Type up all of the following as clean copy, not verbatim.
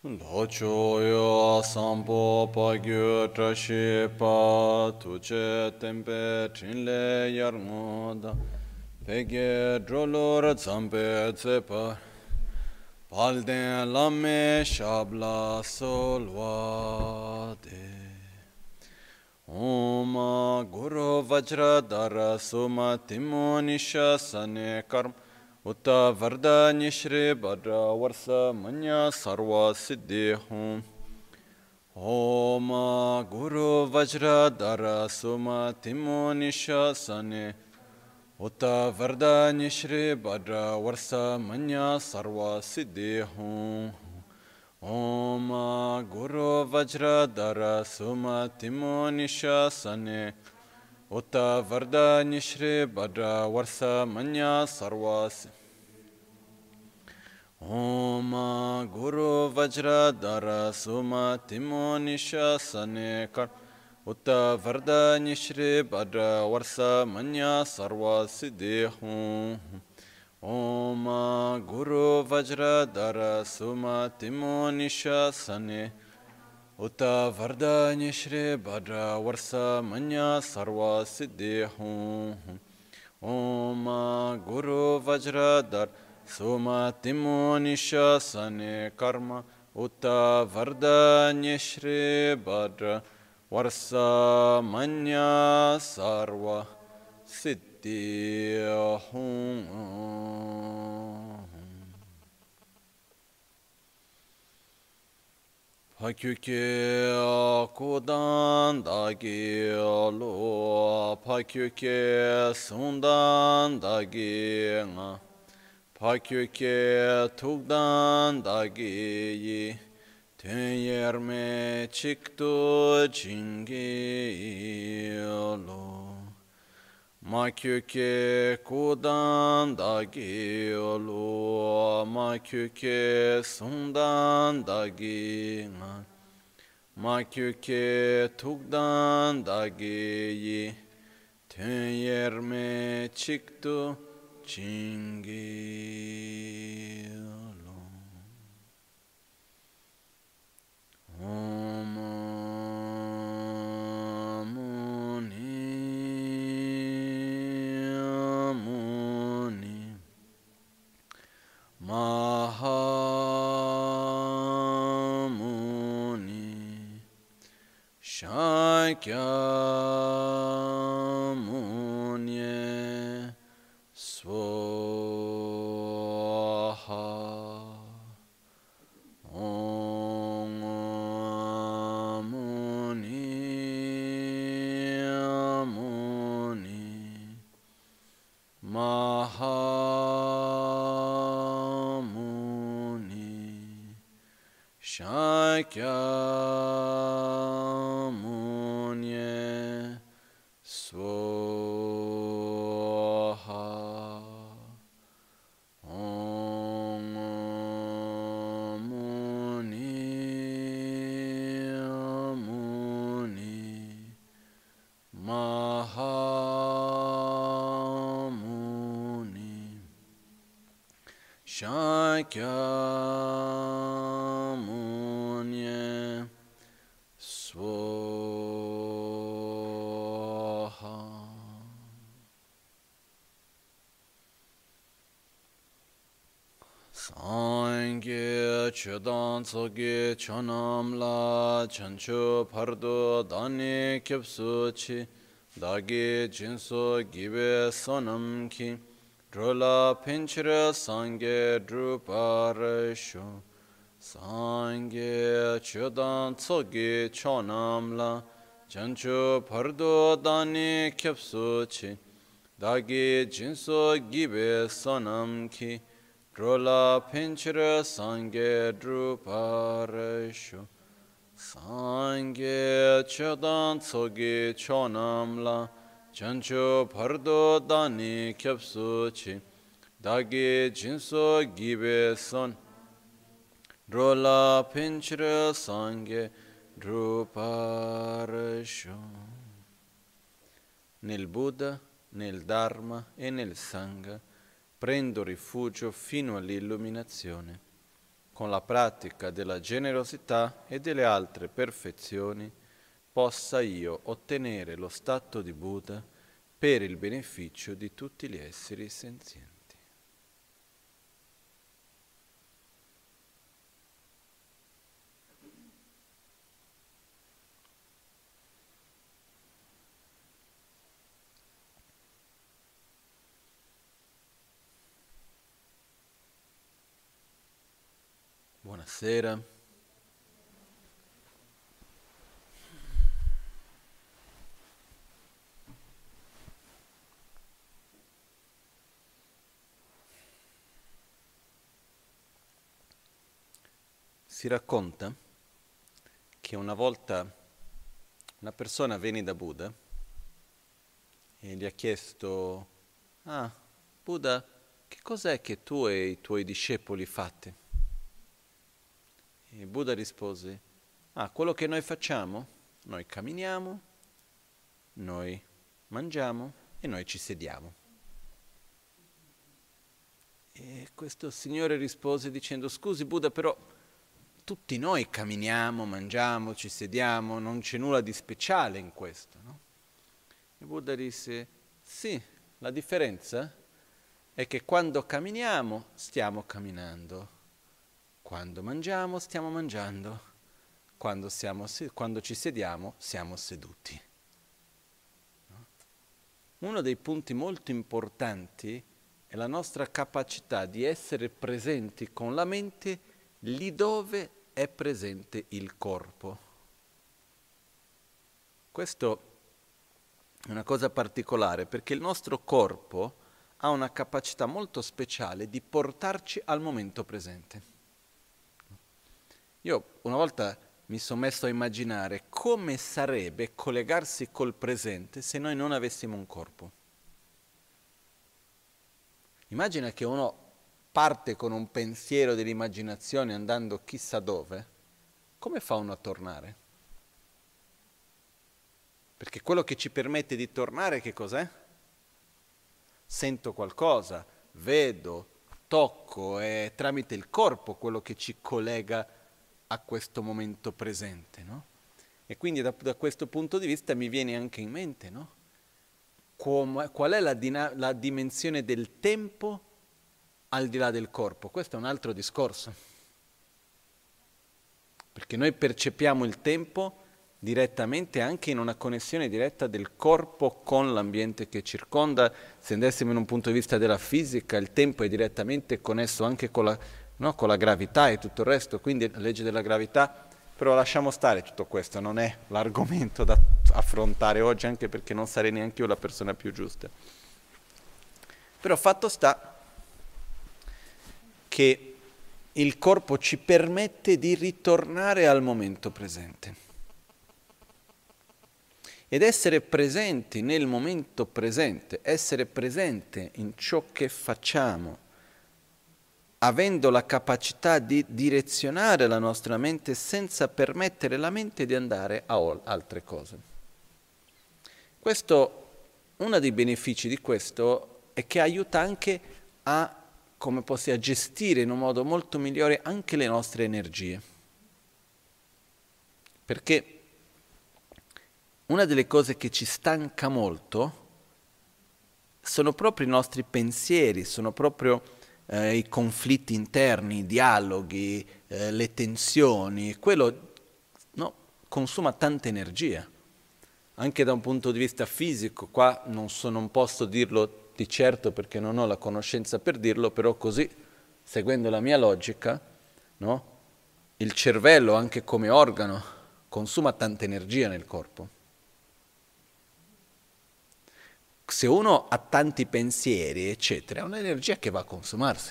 Lochoyo sampo pagyo trashi pa tuche tempe trinle yarmoda pege drolor zampe tsepa palden lame shabla solvade Om Guru Vajradhara Suma Timo Nishasane Karma Utta Varda Nishri Bhadra Varsa Manya Sarva Siddhi Hum Om Guru Vajradhara Suma Timo Nishasane Utta Varda Nishri Bhadra Varsa Manya Sarva Siddhi Hum Om Guru Vajradhara Suma Timo Nishasane Utta Varda Nishri Bhadra Varsa Manya Sarvas Om Guru Vajradhara Suma Timo Nishasane Kar Utta Varda Nishri Bhadra Varsa Manya Sarva Siddhi Hum Om Guru Vajradhara Suma Timo Nishasane Utta Varda Nishri Bhadra Varsa Manya Sarva Siddhi Hum Om Guru Vajradhara Suma Timo Nishasane Karma Utta Varda Nishri Bhadra Varsa Manya Sarva Siddhi Hum Pakyuke Kodan Dagi Lo Pakyuke Sundan Dagi Nga Pakyuke Tugdan Dagi Yi Tenyerme Chikto Jingi Lo Makyuke Kodan Dagi Lo Makyuke Sundan Dagi Nga Makyuke Tugdan Dagi Yi Tenyerme Chikto Jingi Lo Om Mahamuni Shakyamunye Swaha Om Muni Muni Mahamuni Shakyamunye Swaha Om Muni Muni Mahamuni Shakyamunye Swaha Sangye Chedan Tsoge Chonam La Chancho Pardo Dani Kyapsu Chi Dagi Jinso Gibe Sonam Ki Drola Pinchira Sangye Druparasho Sangye Chedan Tsoge Chonam La Chancho Pardo Dani Kyapsu Chi Dagi Jinso Gibe Sonam Ki Drola Pinchira Sangye Druparasho Sangye Chedan Tsoge Chonam La Chancho Pardo Dani Kyapsu Chi Dagi Jinso Gibe Son Drola Pinchira Sangye Druparasho Nel Buddha, nel Dharma e nel Sangha prendo rifugio fino all'illuminazione. con la pratica della generosità e delle altre perfezioni, possa io ottenere lo stato di Buddha per il beneficio di tutti gli esseri senzienti. Buonasera. Si racconta che una volta una persona venne da Buddha e gli ha chiesto: «Ah, Buddha, che cos'è che tu e i tuoi discepoli fate?» E Buddha rispose: «Ah, quello che noi facciamo, noi camminiamo, noi mangiamo e noi ci sediamo». E questo signore rispose dicendo: «Scusi Buddha, però tutti noi camminiamo, mangiamo, ci sediamo, non c'è nulla di speciale in questo, no?» E Buddha disse: «Sì, la differenza è che quando camminiamo stiamo camminando, quando mangiamo stiamo mangiando, quando ci sediamo siamo seduti». No? Uno dei punti molto importanti è la nostra capacità di essere presenti con la mente lì dove è presente il corpo. Questo è una cosa particolare perché il nostro corpo ha una capacità molto speciale di portarci al momento presente. Io una volta mi sono messo a immaginare come sarebbe collegarsi col presente se noi non avessimo un corpo. Immagina che uno parte con un pensiero dell'immaginazione andando chissà dove, come fa uno a tornare? Perché quello che ci permette di tornare che cos'è? Sento qualcosa, vedo, tocco, è tramite il corpo quello che ci collega a questo momento presente, no? E quindi da questo punto di vista mi viene anche in mente, no? Qual è la dimensione del tempo al di là del corpo? Questo è un altro discorso. Perché noi percepiamo il tempo direttamente anche in una connessione diretta del corpo con l'ambiente che circonda. Se andassimo in un punto di vista della fisica, il tempo è direttamente connesso anche con la gravità e tutto il resto, quindi la legge della gravità. Però lasciamo stare tutto questo, non è l'argomento da affrontare oggi, anche perché non sarei neanche io la persona più giusta. Però fatto sta che il corpo ci permette di ritornare al momento presente. Ed essere presenti nel momento presente, essere presente in ciò che facciamo, avendo la capacità di direzionare la nostra mente senza permettere alla mente di andare a altre cose. Uno dei benefici di questo è che aiuta anche a gestire in un modo molto migliore anche le nostre energie. Perché una delle cose che ci stanca molto sono proprio i nostri pensieri, sono proprio i conflitti interni, i dialoghi, le tensioni. Quello consuma tanta energia. Anche da un punto di vista fisico, qua non posso dirlo di certo perché non ho la conoscenza per dirlo, però così, seguendo la mia logica, no? Il cervello, anche come organo, consuma tanta energia nel corpo. Se uno ha tanti pensieri, eccetera, è un'energia che va a consumarsi.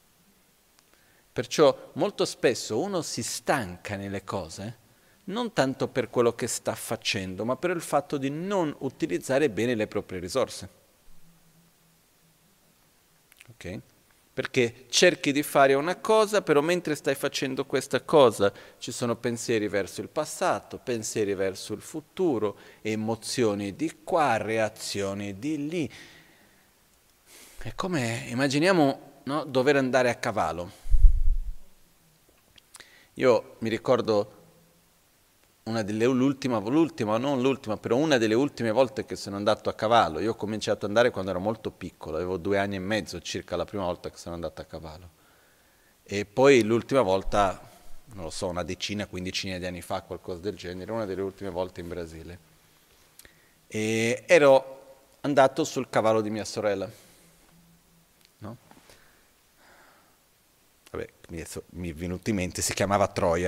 Perciò molto spesso uno si stanca nelle cose, non tanto per quello che sta facendo, ma per il fatto di non utilizzare bene le proprie risorse. Ok? Perché cerchi di fare una cosa, però mentre stai facendo questa cosa ci sono pensieri verso il passato, pensieri verso il futuro, emozioni di qua, reazioni di lì. È come, immaginiamo, no, dover andare a cavallo. Io mi ricordo una delle non l'ultima, però una delle ultime volte che sono andato a cavallo. Io ho cominciato ad andare quando ero molto piccolo, avevo 2 anni e mezzo circa la prima volta che sono andato a cavallo. E poi l'ultima volta, non lo so, una decina, quindicina di anni fa, qualcosa del genere, una delle ultime volte in Brasile. E ero andato sul cavallo di mia sorella, no? Vabbè, mi è venuto in mente, si chiamava Troia.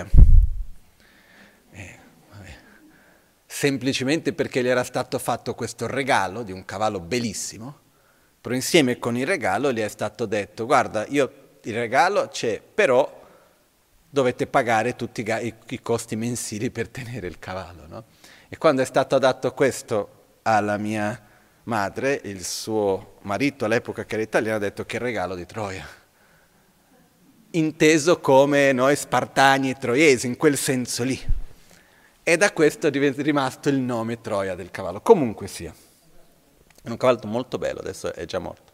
Semplicemente perché gli era stato fatto questo regalo di un cavallo bellissimo, però insieme con il regalo gli è stato detto: guarda, il regalo c'è, però dovete pagare tutti i costi mensili per tenere il cavallo, no? E quando è stato dato questo alla mia madre, il suo marito all'epoca, che era italiano, ha detto che è il regalo di Troia, inteso come noi spartani e troiesi, in quel senso lì. E da questo è rimasto il nome Troia del cavallo. Comunque sia, è un cavallo molto bello, adesso è già morto.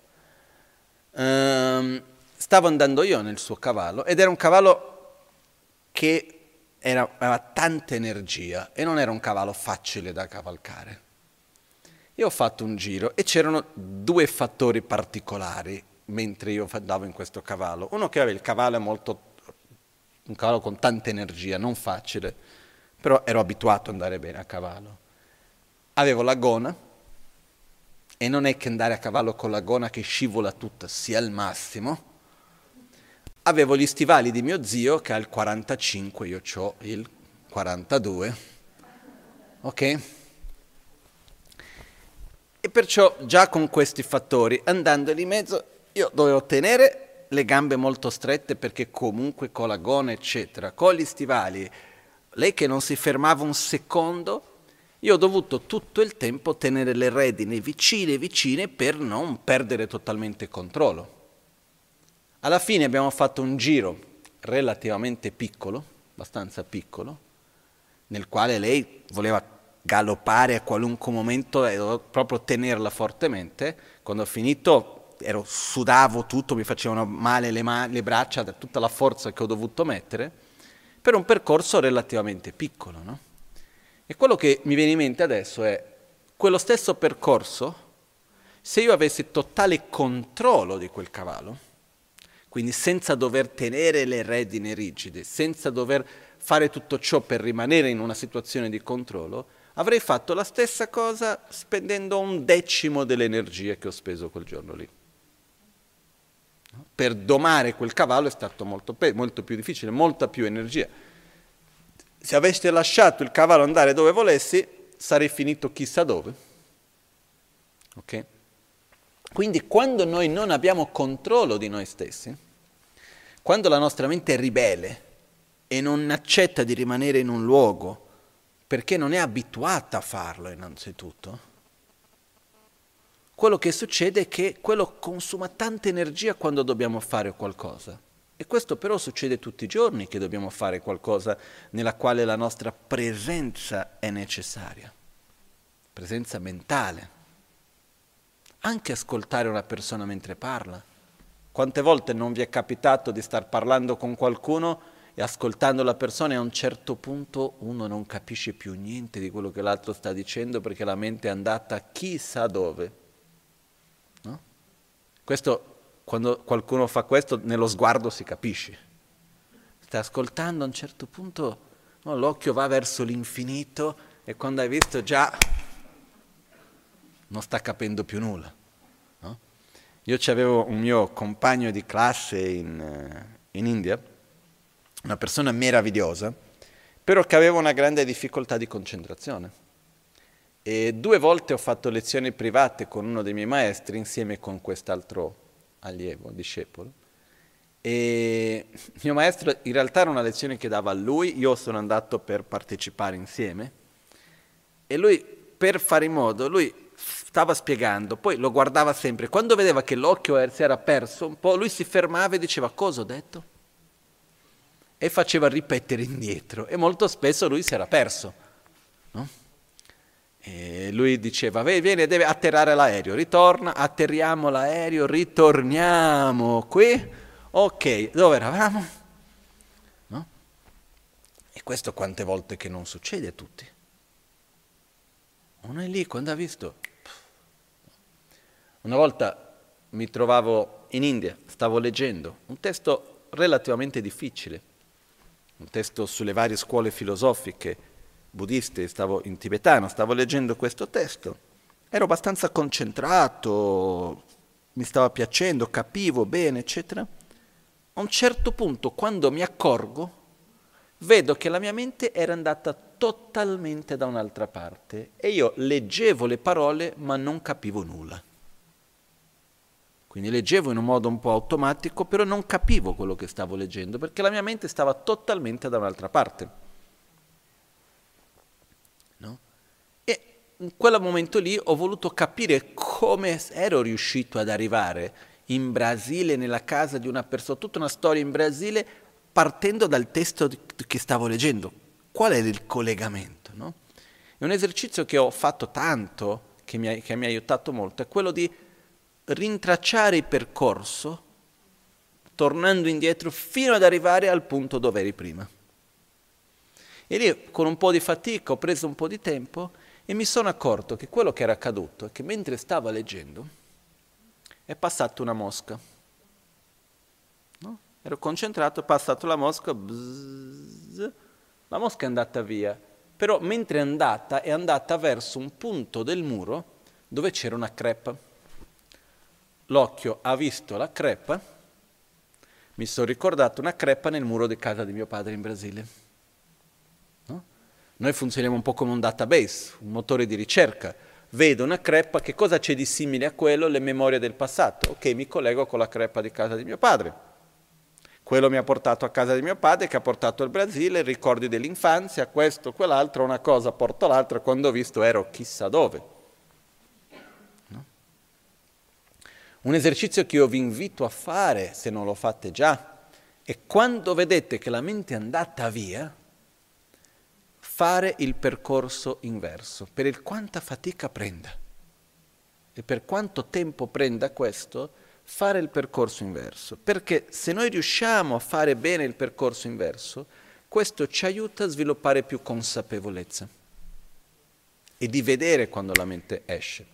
Stavo andando io nel suo cavallo ed era un cavallo che aveva tanta energia e non era un cavallo facile da cavalcare. Io ho fatto un giro e c'erano 2 fattori particolari mentre io andavo in questo cavallo. Uno che aveva un cavallo con tanta energia, non facile, però ero abituato ad andare bene a cavallo. Avevo la gona, e non è che andare a cavallo con la gona che scivola tutta sia al massimo. Avevo gli stivali di mio zio che ha il 45, io ho il 42, ok? E perciò già con questi fattori, andando lì in mezzo, io dovevo tenere le gambe molto strette perché comunque con la gona eccetera, con gli stivali, lei che non si fermava un secondo, io ho dovuto tutto il tempo tenere le redini vicine per non perdere totalmente il controllo. Alla fine abbiamo fatto un giro relativamente piccolo, abbastanza piccolo, nel quale lei voleva galoppare a qualunque momento e dovevo proprio tenerla fortemente. Quando ho finito sudavo tutto, mi facevano male le braccia da tutta la forza che ho dovuto mettere, per un percorso relativamente piccolo, no? E quello che mi viene in mente adesso è quello stesso percorso, se io avessi totale controllo di quel cavallo, quindi senza dover tenere le redini rigide, senza dover fare tutto ciò per rimanere in una situazione di controllo, avrei fatto la stessa cosa spendendo 1/10 delle energie che ho speso quel giorno lì. Per domare quel cavallo è stato molto più difficile, molta più energia. Se aveste lasciato il cavallo andare dove volessi, sarei finito chissà dove. Ok? Quindi quando noi non abbiamo controllo di noi stessi, quando la nostra mente è ribelle e non accetta di rimanere in un luogo perché non è abituata a farlo innanzitutto, quello che succede è che quello consuma tanta energia quando dobbiamo fare qualcosa. E questo però succede tutti i giorni, che dobbiamo fare qualcosa nella quale la nostra presenza è necessaria, presenza mentale. Anche ascoltare una persona mentre parla. Quante volte non vi è capitato di star parlando con qualcuno e ascoltando la persona e a un certo punto uno non capisce più niente di quello che l'altro sta dicendo perché la mente è andata chissà dove, no? Questo, quando qualcuno fa questo, nello sguardo si capisce. Stai ascoltando, a un certo punto no, l'occhio va verso l'infinito e quando hai visto già non sta capendo più nulla. No? Io avevo un mio compagno di classe in India, una persona meravigliosa, però che aveva una grande difficoltà di concentrazione. E 2 volte ho fatto lezioni private con uno dei miei maestri insieme con quest'altro allievo, discepolo. E il mio maestro in realtà era una lezione che dava a lui, io sono andato per partecipare insieme e lui, per fare in modo, lui stava spiegando, poi lo guardava sempre, quando vedeva che l'occhio si era perso un po', lui si fermava e diceva: cosa ho detto? E faceva ripetere indietro e molto spesso lui si era perso, no? E lui diceva: vieni, deve atterrare l'aereo, ritorna, atterriamo l'aereo, ritorniamo qui, ok, dove eravamo? No? E questo quante volte che non succede a tutti. Uno è lì, quando ha visto... Una volta mi trovavo in India, stavo leggendo un testo relativamente difficile, un testo sulle varie scuole filosofiche buddiste, stavo in tibetano, stavo leggendo questo testo, ero abbastanza concentrato, mi stava piacendo, capivo bene, eccetera. A un certo punto, quando mi accorgo, vedo che la mia mente era andata totalmente da un'altra parte e io leggevo le parole ma non capivo nulla. Quindi leggevo in un modo un po' automatico, però non capivo quello che stavo leggendo, perché la mia mente stava totalmente da un'altra parte. No? E in quel momento lì ho voluto capire come ero riuscito ad arrivare in Brasile, nella casa di una persona, tutta una storia in Brasile, partendo dal testo che stavo leggendo. Qual è il collegamento? No? È un esercizio che ho fatto tanto, che mi ha aiutato molto, è quello di rintracciare il percorso tornando indietro fino ad arrivare al punto dove eri prima. E lì con un po' di fatica ho preso un po' di tempo e mi sono accorto che quello che era accaduto è che mentre stavo leggendo è passata una mosca. No? Ero concentrato, è passata la mosca, bzz, la mosca è andata via, però mentre è andata verso un punto del muro dove c'era una crepa. L'occhio ha visto la crepa, mi sono ricordato una crepa nel muro di casa di mio padre in Brasile. No? Noi funzioniamo un po' come un database, un motore di ricerca. Vedo una crepa, che cosa c'è di simile a quello? Le memorie del passato. Ok, mi collego con la crepa di casa di mio padre. Quello mi ha portato a casa di mio padre, che ha portato al Brasile, ricordi dell'infanzia, questo, quell'altro, una cosa porto l'altra, quando ho visto ero chissà dove. Un esercizio che io vi invito a fare, se non lo fate già, è quando vedete che la mente è andata via, fare il percorso inverso, per il quanta fatica prenda. E per quanto tempo prenda questo, fare il percorso inverso. Perché se noi riusciamo a fare bene il percorso inverso, questo ci aiuta a sviluppare più consapevolezza e di vedere quando la mente esce.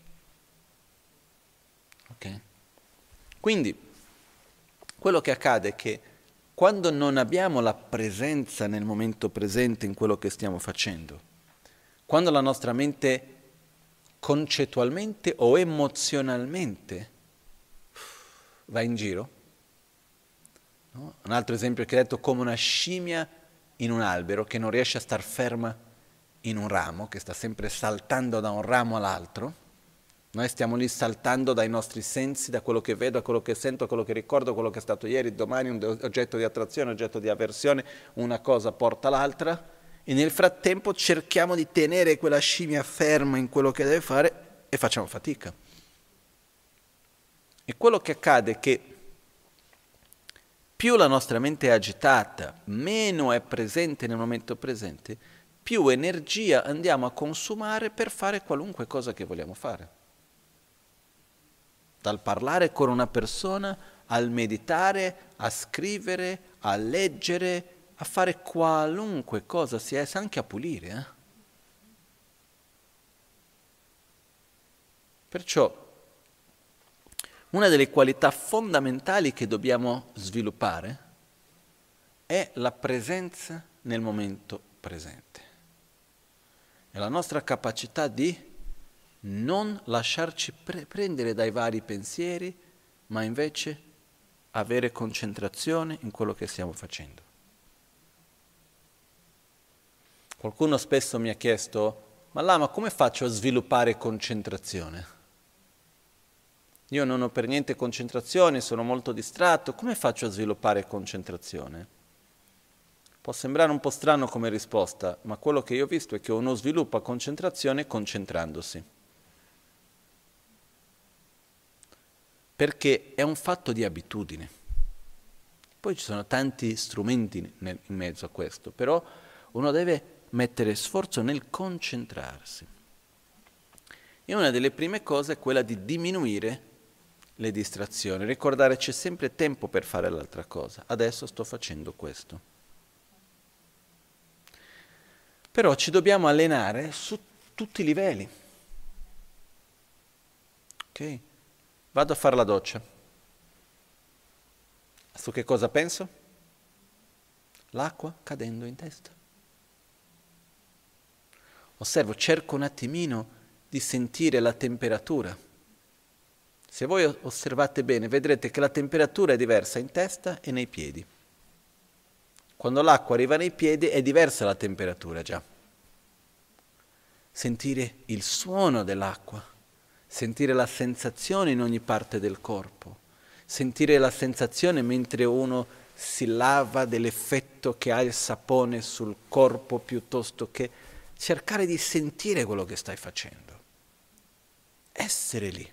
Ok? Quindi, quello che accade è che quando non abbiamo la presenza nel momento presente in quello che stiamo facendo, quando la nostra mente concettualmente o emozionalmente va in giro, no? Un altro esempio che ho detto, come una scimmia in un albero che non riesce a star ferma in un ramo, che sta sempre saltando da un ramo all'altro. Noi stiamo lì saltando dai nostri sensi, da quello che vedo, a quello che sento, a quello che ricordo, a quello che è stato ieri, domani, un oggetto di attrazione, un oggetto di avversione, una cosa porta l'altra, e nel frattempo cerchiamo di tenere quella scimmia ferma in quello che deve fare e facciamo fatica. E quello che accade è che più la nostra mente è agitata, meno è presente nel momento presente, più energia andiamo a consumare per fare qualunque cosa che vogliamo fare. Dal parlare con una persona, al meditare, a scrivere, a leggere, a fare qualunque cosa sia essa, anche a pulire. Perciò una delle qualità fondamentali che dobbiamo sviluppare è la presenza nel momento presente. È la nostra capacità di non lasciarci prendere dai vari pensieri, ma invece avere concentrazione in quello che stiamo facendo. Qualcuno spesso mi ha chiesto, ma Lama, come faccio a sviluppare concentrazione? Io non ho per niente concentrazione, sono molto distratto, come faccio a sviluppare concentrazione? Può sembrare un po' strano come risposta, ma quello che io ho visto è che uno sviluppa concentrazione concentrandosi. Perché è un fatto di abitudine. Poi ci sono tanti strumenti in mezzo a questo, però uno deve mettere sforzo nel concentrarsi. E una delle prime cose è quella di diminuire le distrazioni, ricordare c'è sempre tempo per fare l'altra cosa, adesso sto facendo questo. Però ci dobbiamo allenare su tutti i livelli. Ok? Vado a fare la doccia. Su che cosa penso? L'acqua cadendo in testa. Osservo, cerco un attimino di sentire la temperatura. Se voi osservate bene, vedrete che la temperatura è diversa in testa e nei piedi. Quando l'acqua arriva nei piedi è diversa la temperatura già. Sentire il suono dell'acqua, sentire la sensazione in ogni parte del corpo, sentire la sensazione mentre uno si lava dell'effetto che ha il sapone sul corpo piuttosto che cercare di sentire quello che stai facendo. Essere lì.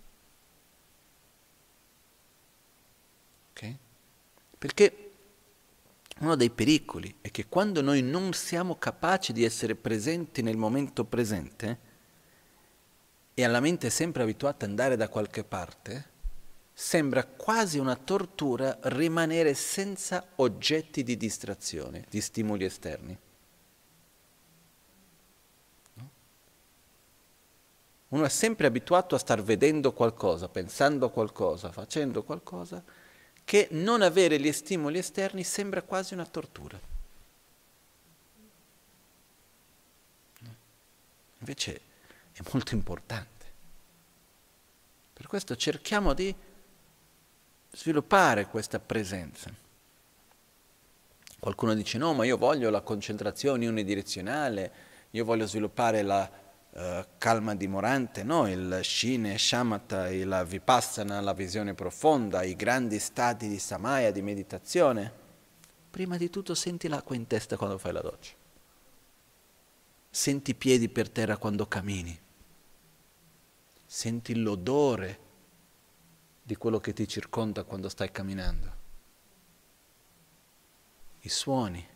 Ok? Perché uno dei pericoli è che quando noi non siamo capaci di essere presenti nel momento presente e alla mente è sempre abituata ad andare da qualche parte, sembra quasi una tortura rimanere senza oggetti di distrazione, di stimoli esterni. No? Uno è sempre abituato a star vedendo qualcosa, pensando a qualcosa, facendo qualcosa, che non avere gli stimoli esterni sembra quasi una tortura. Invece è molto importante. Per questo cerchiamo di sviluppare questa presenza. Qualcuno dice no, ma io voglio la concentrazione unidirezionale, io voglio sviluppare la calma dimorante, no, il Shine, Shamatha, la Vipassana, la visione profonda, i grandi stati di Samaya, di meditazione. Prima di tutto senti l'acqua in testa quando fai la doccia. Senti i piedi per terra quando cammini. Senti l'odore di quello che ti circonda quando stai camminando. I suoni.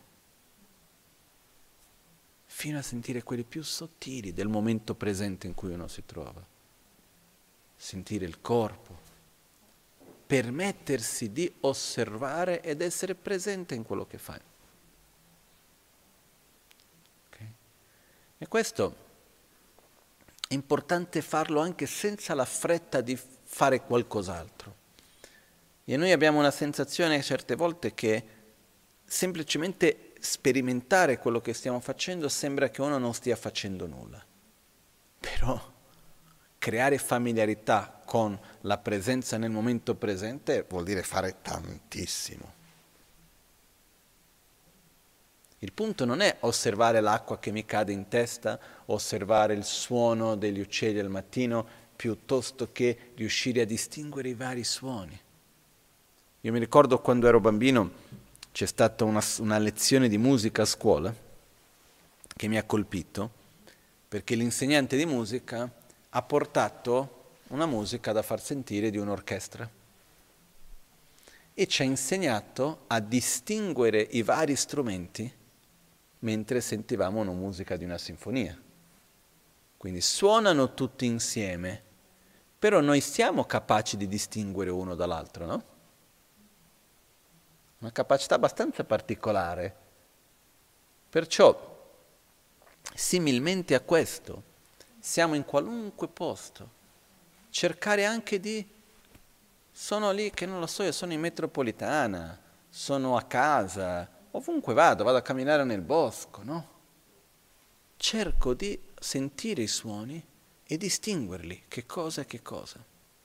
Fino a sentire quelli più sottili del momento presente in cui uno si trova. Sentire il corpo. Permettersi di osservare ed essere presente in quello che fai. Okay? E questo è importante farlo anche senza la fretta di fare qualcos'altro. E noi abbiamo una sensazione certe volte che semplicemente sperimentare quello che stiamo facendo sembra che uno non stia facendo nulla. Però creare familiarità con la presenza nel momento presente vuol dire fare tantissimo. Il punto non è osservare l'acqua che mi cade in testa, osservare il suono degli uccelli al mattino, piuttosto che riuscire a distinguere i vari suoni. Io mi ricordo quando ero bambino c'è stata una lezione di musica a scuola che mi ha colpito perché l'insegnante di musica ha portato una musica da far sentire di un'orchestra e ci ha insegnato a distinguere i vari strumenti mentre sentivamo una musica di una sinfonia. Quindi suonano tutti insieme, però noi siamo capaci di distinguere uno dall'altro, no? Una capacità abbastanza particolare. Perciò, similmente a questo, siamo in qualunque posto. Cercare anche di... Sono lì che non lo so, io sono in metropolitana, sono a casa, ovunque vado a camminare nel bosco, no? Cerco di sentire i suoni e distinguerli, che cosa è che cosa.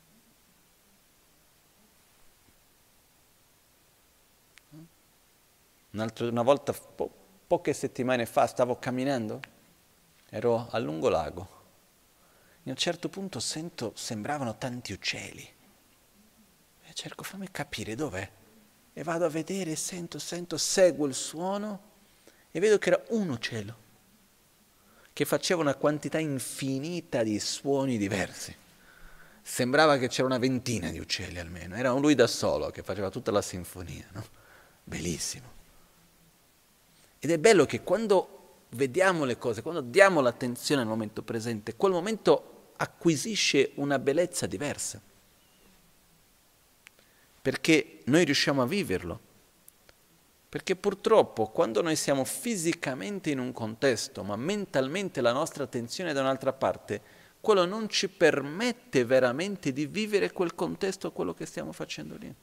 Una volta, poche settimane fa, stavo camminando, ero a Lungolago, e a un certo punto sembravano tanti uccelli. E cerco, fammi capire dov'è. E vado a vedere, sento, seguo il suono e vedo che era un uccello che faceva una quantità infinita di suoni diversi. Sembrava che c'era una ventina di uccelli almeno, era lui da solo che faceva tutta la sinfonia, no? Bellissimo. Ed è bello che quando vediamo le cose, quando diamo l'attenzione al momento presente, quel momento acquisisce una bellezza diversa. Perché noi riusciamo a viverlo. Perché purtroppo quando noi siamo fisicamente in un contesto, ma mentalmente la nostra attenzione è da un'altra parte, quello non ci permette veramente di vivere quel contesto, quello che stiamo facendo lì.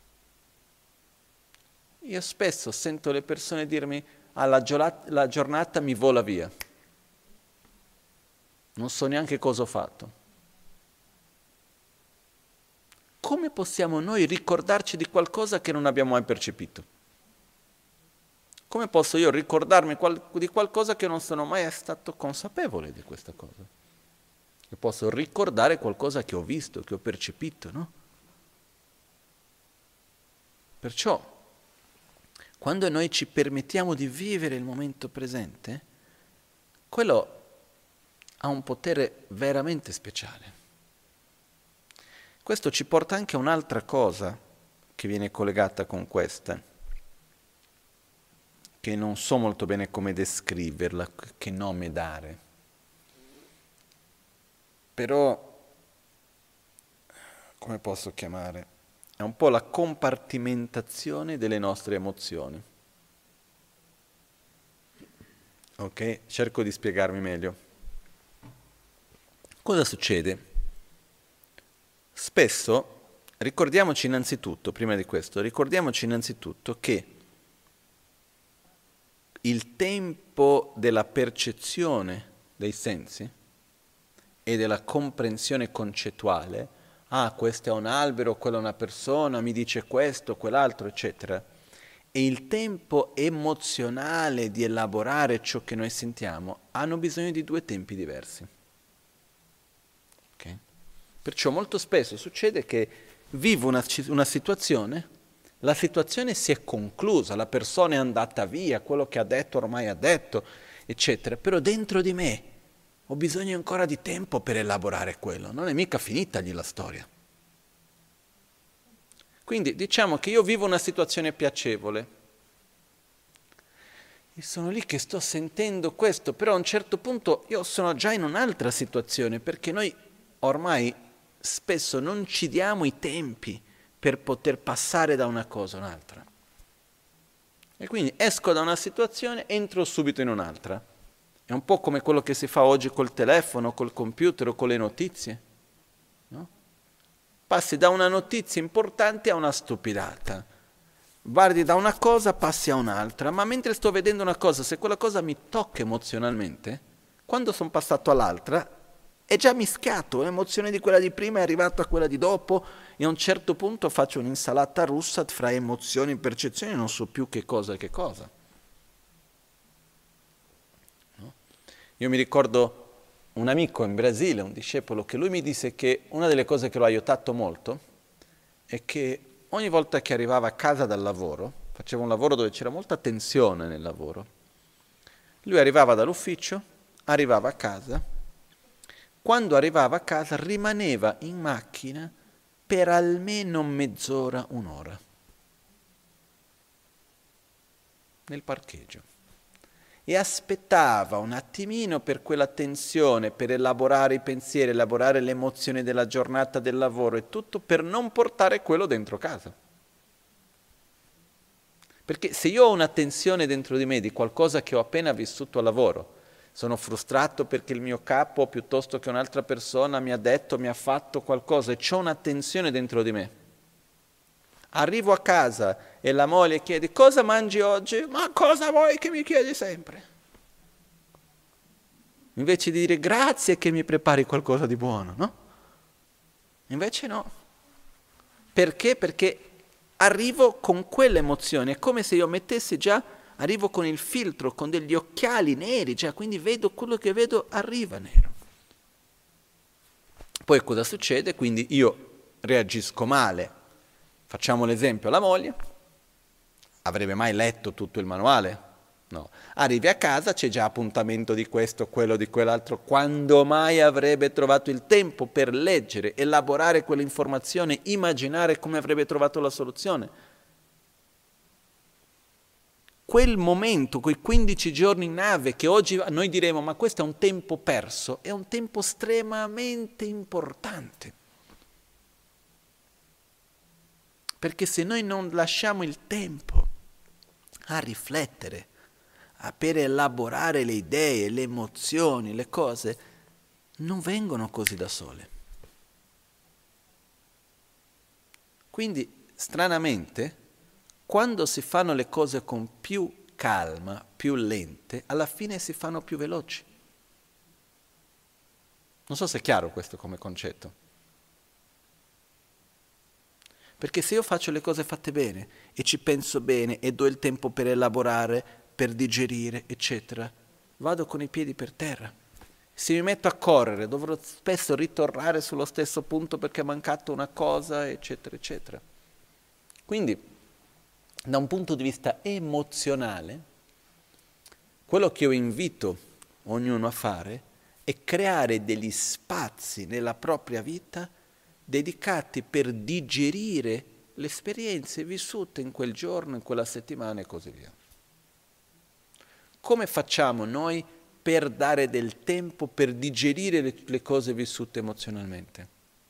Io spesso sento le persone dirmi, la giornata mi vola via, non so neanche cosa ho fatto. Come possiamo noi ricordarci di qualcosa che non abbiamo mai percepito? Come posso io ricordarmi di qualcosa che non sono mai stato consapevole di questa cosa? Io posso ricordare qualcosa che ho visto, che ho percepito, no? Perciò, quando noi ci permettiamo di vivere il momento presente, quello ha un potere veramente speciale. Questo ci porta anche a un'altra cosa che viene collegata con questa, che non so molto bene come descriverla, che nome dare. Però, come posso chiamare? È un po' la compartimentazione delle nostre emozioni. Ok? Cerco di spiegarmi meglio. Cosa succede? Spesso, ricordiamoci innanzitutto, prima di questo, ricordiamoci innanzitutto che il tempo della percezione dei sensi e della comprensione concettuale, questo è un albero, quello è una persona, mi dice questo, quell'altro, eccetera, e il tempo emozionale di elaborare ciò che noi sentiamo hanno bisogno di due tempi diversi. Okay? Perciò molto spesso succede che vivo una situazione, la situazione si è conclusa, la persona è andata via, quello che ha detto ormai ha detto, eccetera, però dentro di me ho bisogno ancora di tempo per elaborare quello, non è mica finita lì la storia. Quindi diciamo che io vivo una situazione piacevole e sono lì che sto sentendo questo, però a un certo punto io sono già in un'altra situazione, perché noi ormai spesso non ci diamo i tempi per poter passare da una cosa a un'altra. E quindi esco da una situazione, entro subito in un'altra. È un po' come quello che si fa oggi col telefono, col computer o con le notizie. No? Passi da una notizia importante a una stupidata. Guardi da una cosa, passi a un'altra. Ma mentre sto vedendo una cosa, se quella cosa mi tocca emozionalmente, quando sono passato all'altra, è già mischiato, l'emozione di quella di prima è arrivata a quella di dopo e a un certo punto faccio un'insalata russa fra emozioni e percezioni, non so più che cosa è che cosa. No? Io mi ricordo un amico in Brasile, un discepolo, che lui mi disse che una delle cose che lo ha aiutato molto è che ogni volta che arrivava a casa dal lavoro, faceva un lavoro dove c'era molta tensione nel lavoro, lui arrivava dall'ufficio, arrivava a casa, quando arrivava a casa rimaneva in macchina per almeno mezz'ora, un'ora, nel parcheggio. E aspettava un attimino per quella tensione, per elaborare i pensieri, elaborare le emozioni della giornata del lavoro e tutto, per non portare quello dentro casa. Perché se io ho una tensione dentro di me di qualcosa che ho appena vissuto al lavoro, sono frustrato perché il mio capo, piuttosto che un'altra persona, mi ha detto, mi ha fatto qualcosa e c'ho una tensione dentro di me. Arrivo a casa e la moglie chiede, cosa mangi oggi? Ma cosa vuoi che mi chiedi sempre? Invece di dire, grazie che mi prepari qualcosa di buono, no? Invece no. Perché? Perché arrivo con quell'emozione, è come se io mettessi già, arrivo con il filtro, con degli occhiali neri, già, quindi vedo quello che vedo, arriva nero. Poi cosa succede? Quindi io reagisco male. Facciamo l'esempio, la moglie avrebbe mai letto tutto il manuale? No. Arrivi a casa, c'è già appuntamento di questo, quello, di quell'altro. Quando mai avrebbe trovato il tempo per leggere, elaborare quell'informazione, immaginare come avrebbe trovato la soluzione? Quel momento, quei 15 giorni in nave che oggi noi diremo ma questo è un tempo perso, è un tempo estremamente importante. Perché se noi non lasciamo il tempo a riflettere, per elaborare le idee, le emozioni, le cose, non vengono così da sole. Quindi, stranamente, quando si fanno le cose con più calma, più lente, alla fine si fanno più veloci. Non so se è chiaro questo come concetto. Perché se io faccio le cose fatte bene e ci penso bene e do il tempo per elaborare, per digerire, eccetera, vado con i piedi per terra. Se mi metto a correre dovrò spesso ritornare sullo stesso punto perché è mancato una cosa, eccetera, eccetera. Quindi, da un punto di vista emozionale, quello che io invito ognuno a fare è creare degli spazi nella propria vita dedicati per digerire le esperienze vissute in quel giorno, in quella settimana e così via. Come facciamo noi per dare del tempo per digerire le cose vissute emozionalmente?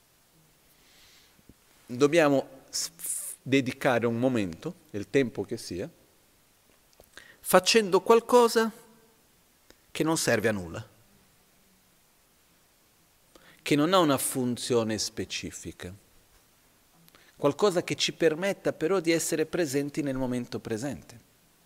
Dobbiamo dedicare un momento, il tempo che sia, facendo qualcosa che non serve a nulla, che non ha una funzione specifica, qualcosa che ci permetta però di essere presenti nel momento presente.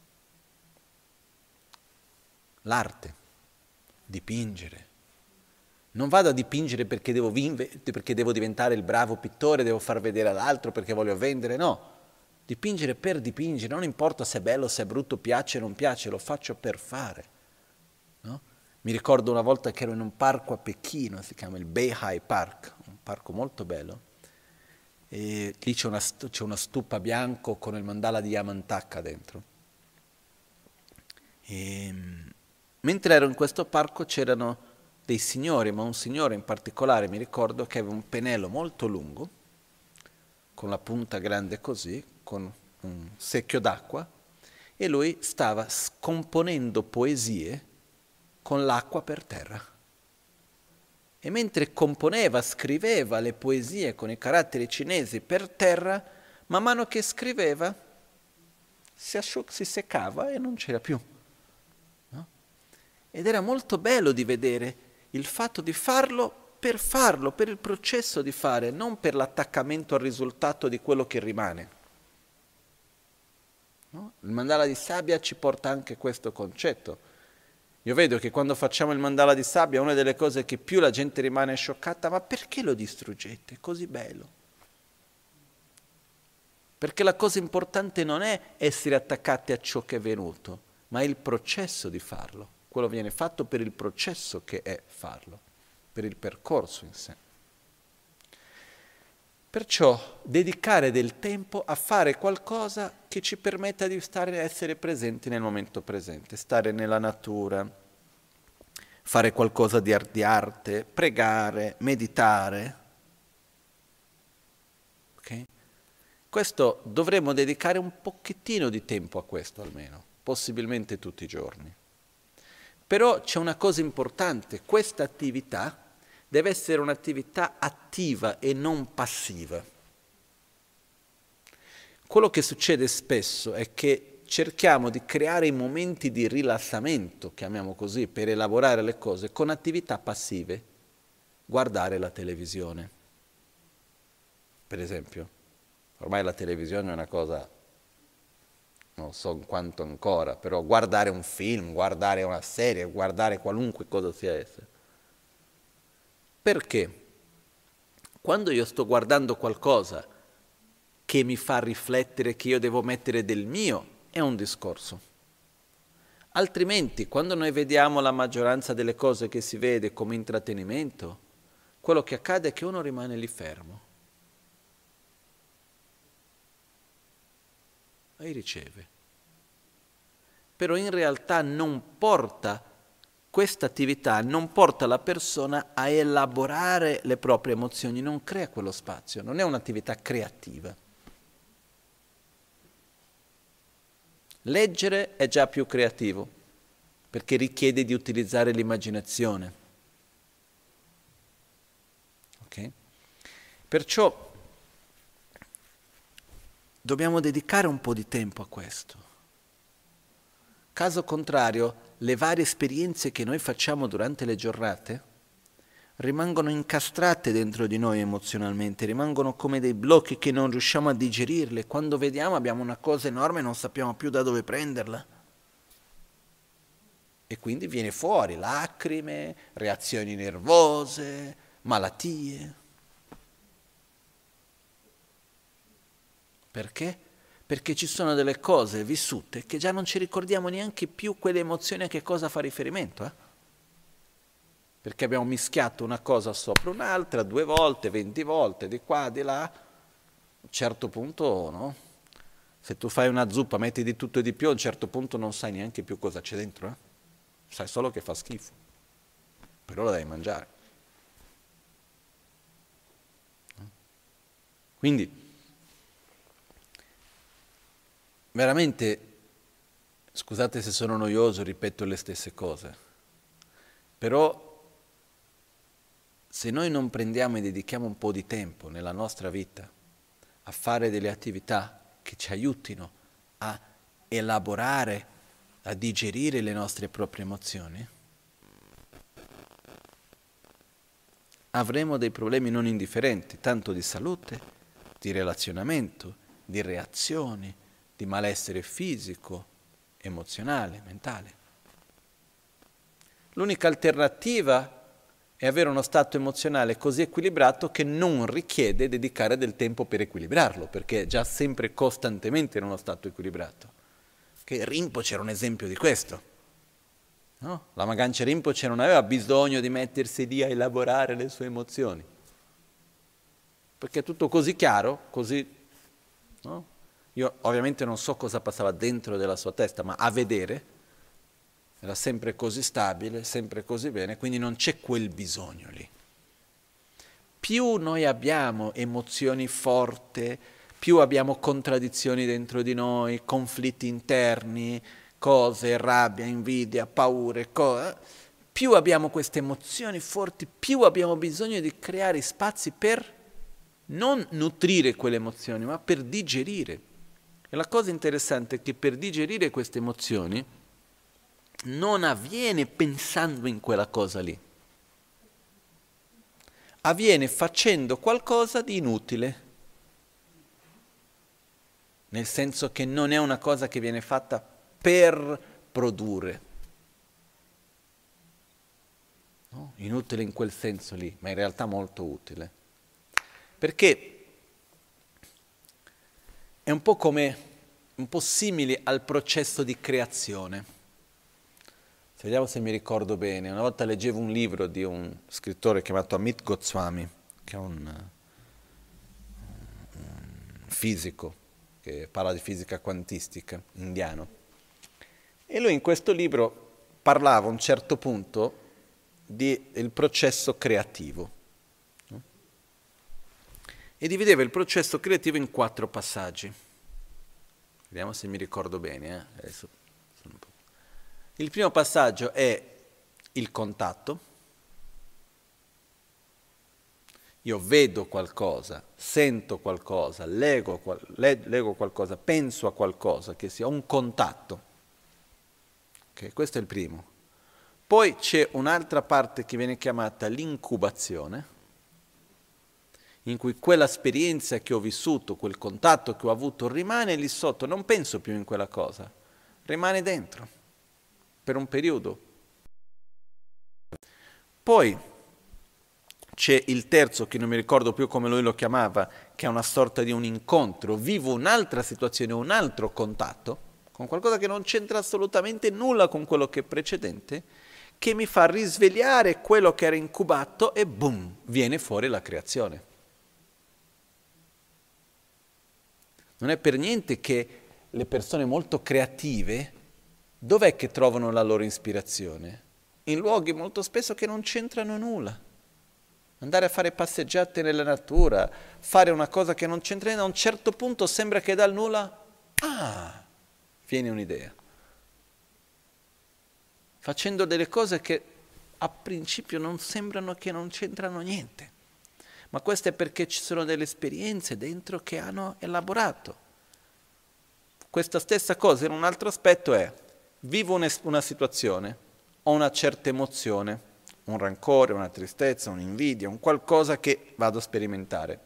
L'arte, dipingere. Non vado a dipingere perché devo diventare il bravo pittore, devo far vedere all'altro perché voglio vendere, no. Dipingere per dipingere, non importa se è bello, se è brutto, piace o non piace, lo faccio per fare. No? Mi ricordo una volta che ero in un parco a Pechino, si chiama il Beihai Park, un parco molto bello, e lì c'è una stupa bianco con il mandala di Yamantaka dentro. E, mentre ero in questo parco c'erano dei signori, ma un signore in particolare mi ricordo che aveva un pennello molto lungo, con la punta grande così, con un secchio d'acqua, e lui stava scomponendo poesie con l'acqua per terra. E mentre componeva, scriveva le poesie con i caratteri cinesi per terra, man mano che scriveva si seccava e non c'era più. No? Ed era molto bello di vedere il fatto di farlo, per il processo di fare, non per l'attaccamento al risultato di quello che rimane. No? Il mandala di sabbia ci porta anche questo concetto. Io vedo che quando facciamo il mandala di sabbia, una delle cose che più la gente rimane scioccata, ma perché lo distruggete? È così bello. Perché la cosa importante non è essere attaccati a ciò che è venuto, ma è il processo di farlo. Quello viene fatto per il processo che è farlo, per il percorso in sé. Perciò dedicare del tempo a fare qualcosa che ci permetta di essere presenti nel momento presente, stare nella natura, fare qualcosa di arte, pregare, meditare. Okay? Questo dovremmo dedicare un pochettino di tempo a questo almeno, possibilmente tutti i giorni. Però c'è una cosa importante, questa attività deve essere un'attività attiva e non passiva. Quello che succede spesso è che cerchiamo di creare i momenti di rilassamento, chiamiamo così, per elaborare le cose, con attività passive. Guardare la televisione, per esempio. Ormai la televisione è una cosa, non so quanto ancora, però guardare un film, guardare una serie, guardare qualunque cosa sia essa. Perché? Quando io sto guardando qualcosa che mi fa riflettere che io devo mettere del mio, è un discorso. Altrimenti, quando noi vediamo la maggioranza delle cose che si vede come intrattenimento, quello che accade è che uno rimane lì fermo e riceve. Però in realtà questa attività non porta la persona a elaborare le proprie emozioni, non crea quello spazio, non è un'attività creativa. Leggere è già più creativo, perché richiede di utilizzare l'immaginazione. Okay? Perciò dobbiamo dedicare un po' di tempo a questo. Caso contrario, le varie esperienze che noi facciamo durante le giornate rimangono incastrate dentro di noi emozionalmente, rimangono come dei blocchi che non riusciamo a digerirle. Quando vediamo abbiamo una cosa enorme e non sappiamo più da dove prenderla. E quindi viene fuori lacrime, reazioni nervose, malattie. Perché? Perché ci sono delle cose vissute che già non ci ricordiamo neanche più quelle emozioni a che cosa fa riferimento. Perché abbiamo mischiato una cosa sopra un'altra 2 volte, 20 volte, di qua, di là. A un certo punto, no? Se tu fai una zuppa, metti di tutto e di più, a un certo punto non sai neanche più cosa c'è dentro. Sai solo che fa schifo. Però la devi mangiare. Quindi, veramente, scusate se sono noioso, ripeto le stesse cose, però se noi non prendiamo e dedichiamo un po' di tempo nella nostra vita a fare delle attività che ci aiutino a elaborare, a digerire le nostre proprie emozioni, avremo dei problemi non indifferenti, tanto di salute, di relazionamento, di reazioni, di malessere fisico, emozionale, mentale. L'unica alternativa è avere uno stato emozionale così equilibrato che non richiede dedicare del tempo per equilibrarlo, perché è già sempre costantemente in uno stato equilibrato. Che Rinpoche era un esempio di questo. No? La Magancia Rinpoche non aveva bisogno di mettersi lì a elaborare le sue emozioni, perché è tutto così chiaro, così... No? Io ovviamente non so cosa passava dentro della sua testa, ma a vedere era sempre così stabile, sempre così bene, quindi non c'è quel bisogno lì. Più noi abbiamo emozioni forti, più abbiamo contraddizioni dentro di noi, conflitti interni, cose, rabbia, invidia, paure, più abbiamo queste emozioni forti, più abbiamo bisogno di creare spazi per non nutrire quelle emozioni, ma per digerire. E la cosa interessante è che per digerire queste emozioni non avviene pensando in quella cosa lì, avviene facendo qualcosa di inutile, nel senso che non è una cosa che viene fatta per produrre, no? Inutile in quel senso lì, ma in realtà molto utile, perché è un po' simile al processo di creazione. Vediamo se mi ricordo bene. Una volta leggevo un libro di un scrittore chiamato Amit Goswami, che è un fisico, che parla di fisica quantistica, indiano. E lui in questo libro parlava a un certo punto del processo creativo. No? E divideva il processo creativo in 4 passaggi. Vediamo se mi ricordo bene. Adesso sono un po'. Il primo passaggio è il contatto. Io vedo qualcosa, sento qualcosa, leggo qualcosa, penso a qualcosa, che sia un contatto. Okay, questo è il primo. Poi c'è un'altra parte che viene chiamata l'incubazione, in cui quell'esperienza che ho vissuto, quel contatto che ho avuto rimane lì sotto, non penso più in quella cosa, rimane dentro. Per un periodo. Poi c'è il terzo, che non mi ricordo più come lui lo chiamava, che è una sorta di un incontro, vivo un'altra situazione, un altro contatto, con qualcosa che non c'entra assolutamente nulla con quello che è precedente, che mi fa risvegliare quello che era incubato e boom, viene fuori la creazione. Non è per niente che le persone molto creative dov'è che trovano la loro ispirazione? In luoghi molto spesso che non c'entrano nulla. Andare a fare passeggiate nella natura, fare una cosa che non c'entra niente, a un certo punto sembra che dal nulla, viene un'idea. Facendo delle cose che a principio non sembrano, che non c'entrano niente. Ma questo è perché ci sono delle esperienze dentro che hanno elaborato. Questa stessa cosa in un altro aspetto è vivo una situazione, ho una certa emozione, un rancore, una tristezza, un'invidia, un qualcosa che vado a sperimentare.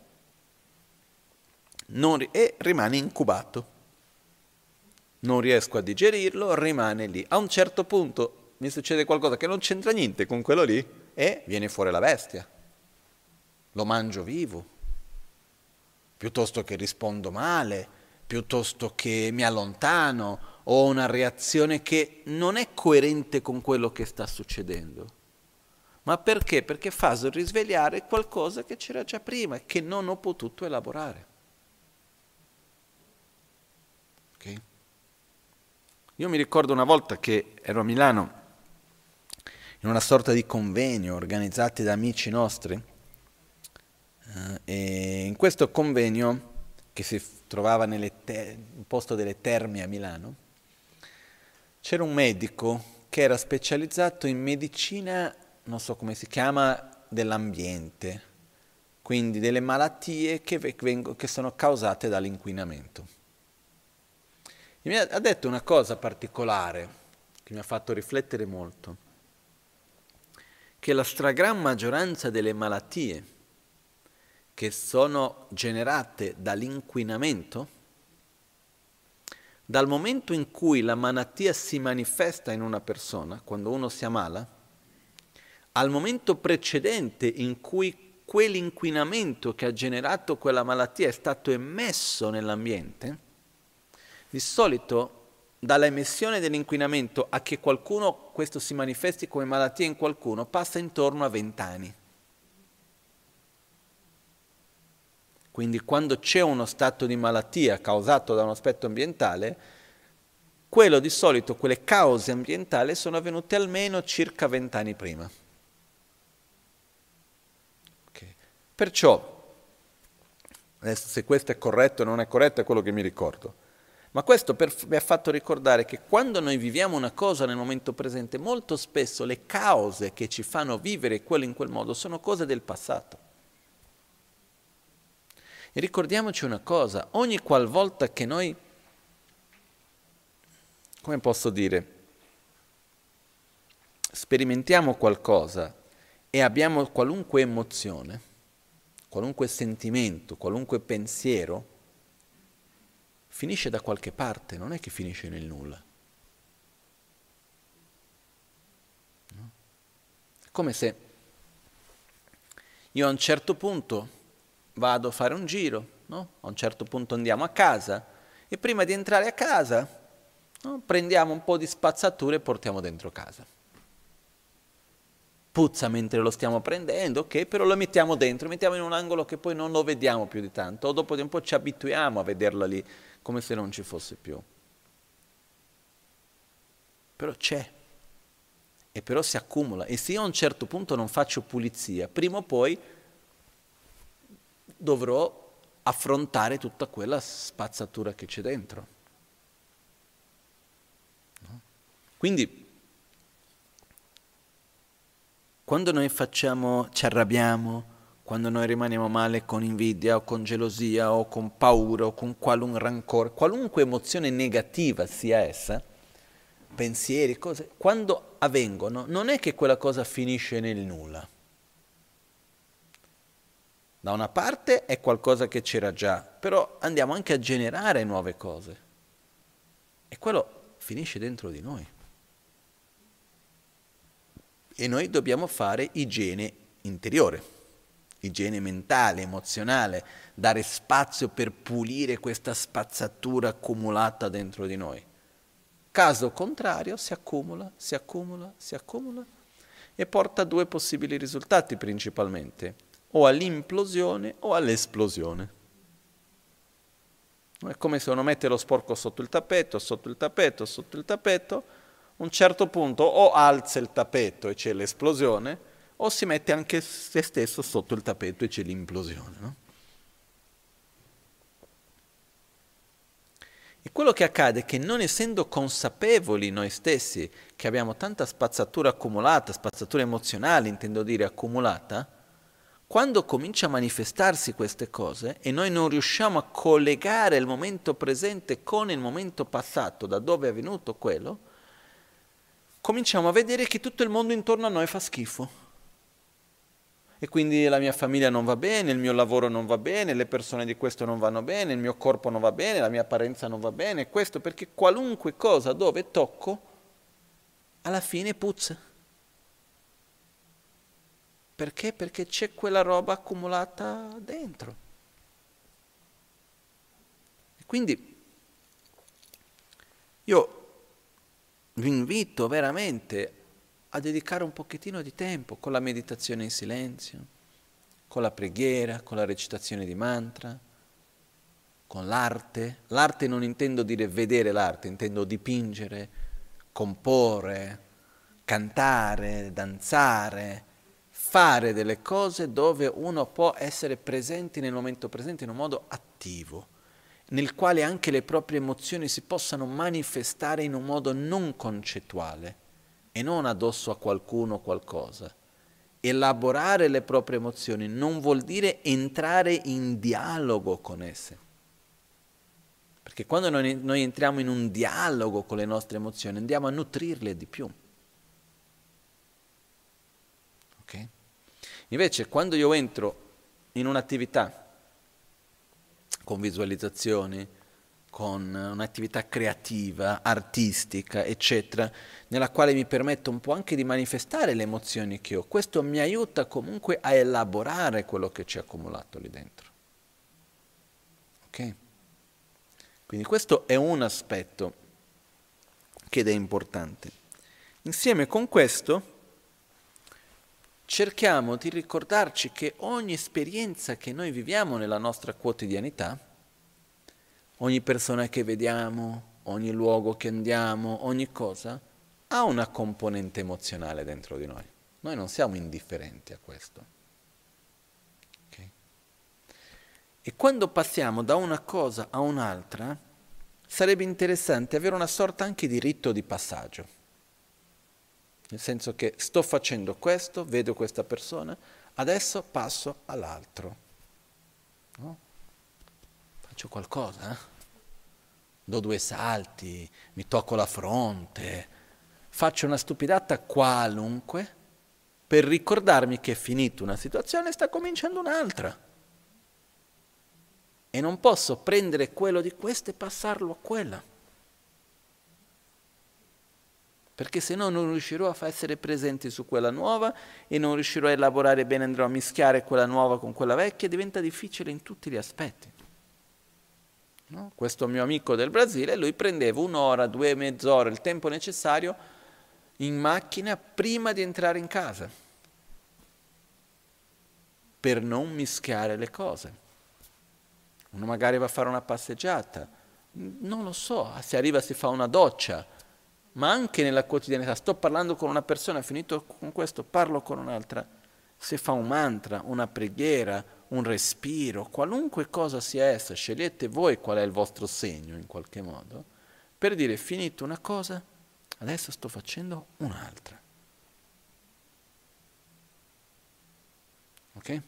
E rimane incubato. Non riesco a digerirlo, rimane lì. A un certo punto mi succede qualcosa che non c'entra niente con quello lì e viene fuori la bestia. Lo mangio vivo. Piuttosto che rispondo male, piuttosto che mi allontano, ho una reazione che non è coerente con quello che sta succedendo. Ma perché? Perché fa risvegliare qualcosa che c'era già prima, che non ho potuto elaborare. Ok? Io mi ricordo una volta che ero a Milano in una sorta di convegno organizzato da amici nostri e in questo convegno che si trovava nel posto delle Terme a Milano c'era un medico che era specializzato in medicina, non so come si chiama, dell'ambiente, quindi delle malattie che sono causate dall'inquinamento. E mi ha detto una cosa particolare che mi ha fatto riflettere molto, che la stragrande maggioranza delle malattie che sono generate dall'inquinamento, dal momento in cui la malattia si manifesta in una persona, quando uno si ammala, al momento precedente in cui quell'inquinamento che ha generato quella malattia è stato emesso nell'ambiente, di solito dalla emissione dell'inquinamento a che questo si manifesti come malattia in qualcuno, passa intorno a 20 anni. Quindi quando c'è uno stato di malattia causato da un aspetto ambientale, quello di solito, quelle cause ambientali sono avvenute almeno circa 20 anni prima. Okay. Perciò, adesso se questo è corretto o non è corretto è quello che mi ricordo, ma questo mi ha fatto ricordare che quando noi viviamo una cosa nel momento presente, molto spesso le cause che ci fanno vivere quello in quel modo sono cose del passato. E ricordiamoci una cosa, ogni qualvolta che noi, come posso dire, sperimentiamo qualcosa e abbiamo qualunque emozione, qualunque sentimento, qualunque pensiero, finisce da qualche parte, non è che finisce nel nulla. No? È come se io a un certo punto vado a fare un giro, no? A un certo punto andiamo a casa e prima di entrare a casa, no? Prendiamo un po' di spazzatura e portiamo dentro casa. Puzza mentre lo stiamo prendendo, ok, però lo mettiamo dentro, mettiamo in un angolo che poi non lo vediamo più di tanto, o dopo di un po' ci abituiamo a vederlo lì come se non ci fosse più. Però c'è, e però si accumula, e se io a un certo punto non faccio pulizia, prima o poi dovrò affrontare tutta quella spazzatura che c'è dentro. No? Quindi, quando noi ci arrabbiamo, quando noi rimaniamo male con invidia o con gelosia o con paura o con qualunque rancore, qualunque emozione negativa sia essa, pensieri, cose, quando avvengono non è che quella cosa finisce nel nulla. Da una parte è qualcosa che c'era già, però andiamo anche a generare nuove cose e quello finisce dentro di noi. E noi dobbiamo fare igiene interiore. Igiene mentale, emozionale, dare spazio per pulire questa spazzatura accumulata dentro di noi. Caso contrario si accumula, si accumula, si accumula e porta a due possibili risultati principalmente, o all'implosione o all'esplosione. È come se uno mette lo sporco sotto il tappeto, sotto il tappeto, sotto il tappeto, a un certo punto o alza il tappeto e c'è l'esplosione, o si mette anche se stesso sotto il tappeto e c'è l'implosione. No? E quello che accade è che non essendo consapevoli noi stessi che abbiamo tanta spazzatura accumulata, spazzatura emozionale intendo dire accumulata, quando comincia a manifestarsi queste cose e noi non riusciamo a collegare il momento presente con il momento passato, da dove è venuto quello, cominciamo a vedere che tutto il mondo intorno a noi fa schifo. E quindi la mia famiglia non va bene, il mio lavoro non va bene, le persone di questo non vanno bene, il mio corpo non va bene, la mia apparenza non va bene. Questo perché qualunque cosa dove tocco, alla fine puzza. Perché? Perché c'è quella roba accumulata dentro. E quindi io vi invito veramente a dedicare un pochettino di tempo con la meditazione in silenzio, con la preghiera, con la recitazione di mantra, con l'arte. L'arte non intendo dire vedere l'arte, intendo dipingere, comporre, cantare, danzare, fare delle cose dove uno può essere presente nel momento presente in un modo attivo, nel quale anche le proprie emozioni si possano manifestare in un modo non concettuale e non addosso a qualcuno o qualcosa. Elaborare le proprie emozioni non vuol dire entrare in dialogo con esse. Perché quando noi entriamo in un dialogo con le nostre emozioni andiamo a nutrirle di più. Okay? Invece quando io entro in un'attività con visualizzazioni, con un'attività creativa, artistica, eccetera, nella quale mi permetto un po' anche di manifestare le emozioni che ho. Questo mi aiuta comunque a elaborare quello che c'è accumulato lì dentro. Ok? Quindi questo è un aspetto che è importante. Insieme con questo cerchiamo di ricordarci che ogni esperienza che noi viviamo nella nostra quotidianità, ogni persona che vediamo, ogni luogo che andiamo, ogni cosa, ha una componente emozionale dentro di noi. Noi non siamo indifferenti a questo. Okay? E quando passiamo da una cosa a un'altra, sarebbe interessante avere una sorta anche di rito di passaggio. Nel senso che sto facendo questo, vedo questa persona, adesso passo all'altro. No? Faccio qualcosa, do 2 salti, mi tocco la fronte, faccio una stupidata qualunque per ricordarmi che è finita una situazione e sta cominciando un'altra. E non posso prendere quello di questo e passarlo a quella. Perché se no non riuscirò a essere presente su quella nuova e non riuscirò a elaborare bene, andrò a mischiare quella nuova con quella vecchia e diventa difficile in tutti gli aspetti. No? Questo mio amico del Brasile, lui prendeva 1 ora, 2 mezz'ora, il tempo necessario in macchina prima di entrare in casa, per non mischiare le cose. Uno magari va a fare una passeggiata, non lo so, se arriva si fa una doccia, ma anche nella quotidianità, sto parlando con una persona, finito con questo, parlo con un'altra, si fa un mantra, una preghiera, un respiro, qualunque cosa sia essa, scegliete voi qual è il vostro segno in qualche modo, per dire finito una cosa, adesso sto facendo un'altra. Ok?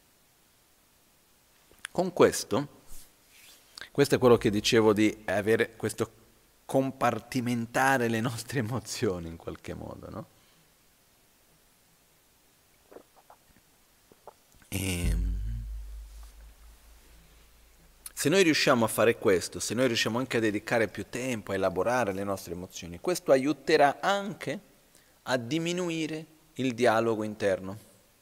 Con questo è quello che dicevo di avere questo compartimentare le nostre emozioni in qualche modo, no? Se noi riusciamo a fare questo, se noi riusciamo anche a dedicare più tempo a elaborare le nostre emozioni, questo aiuterà anche a diminuire il dialogo interno,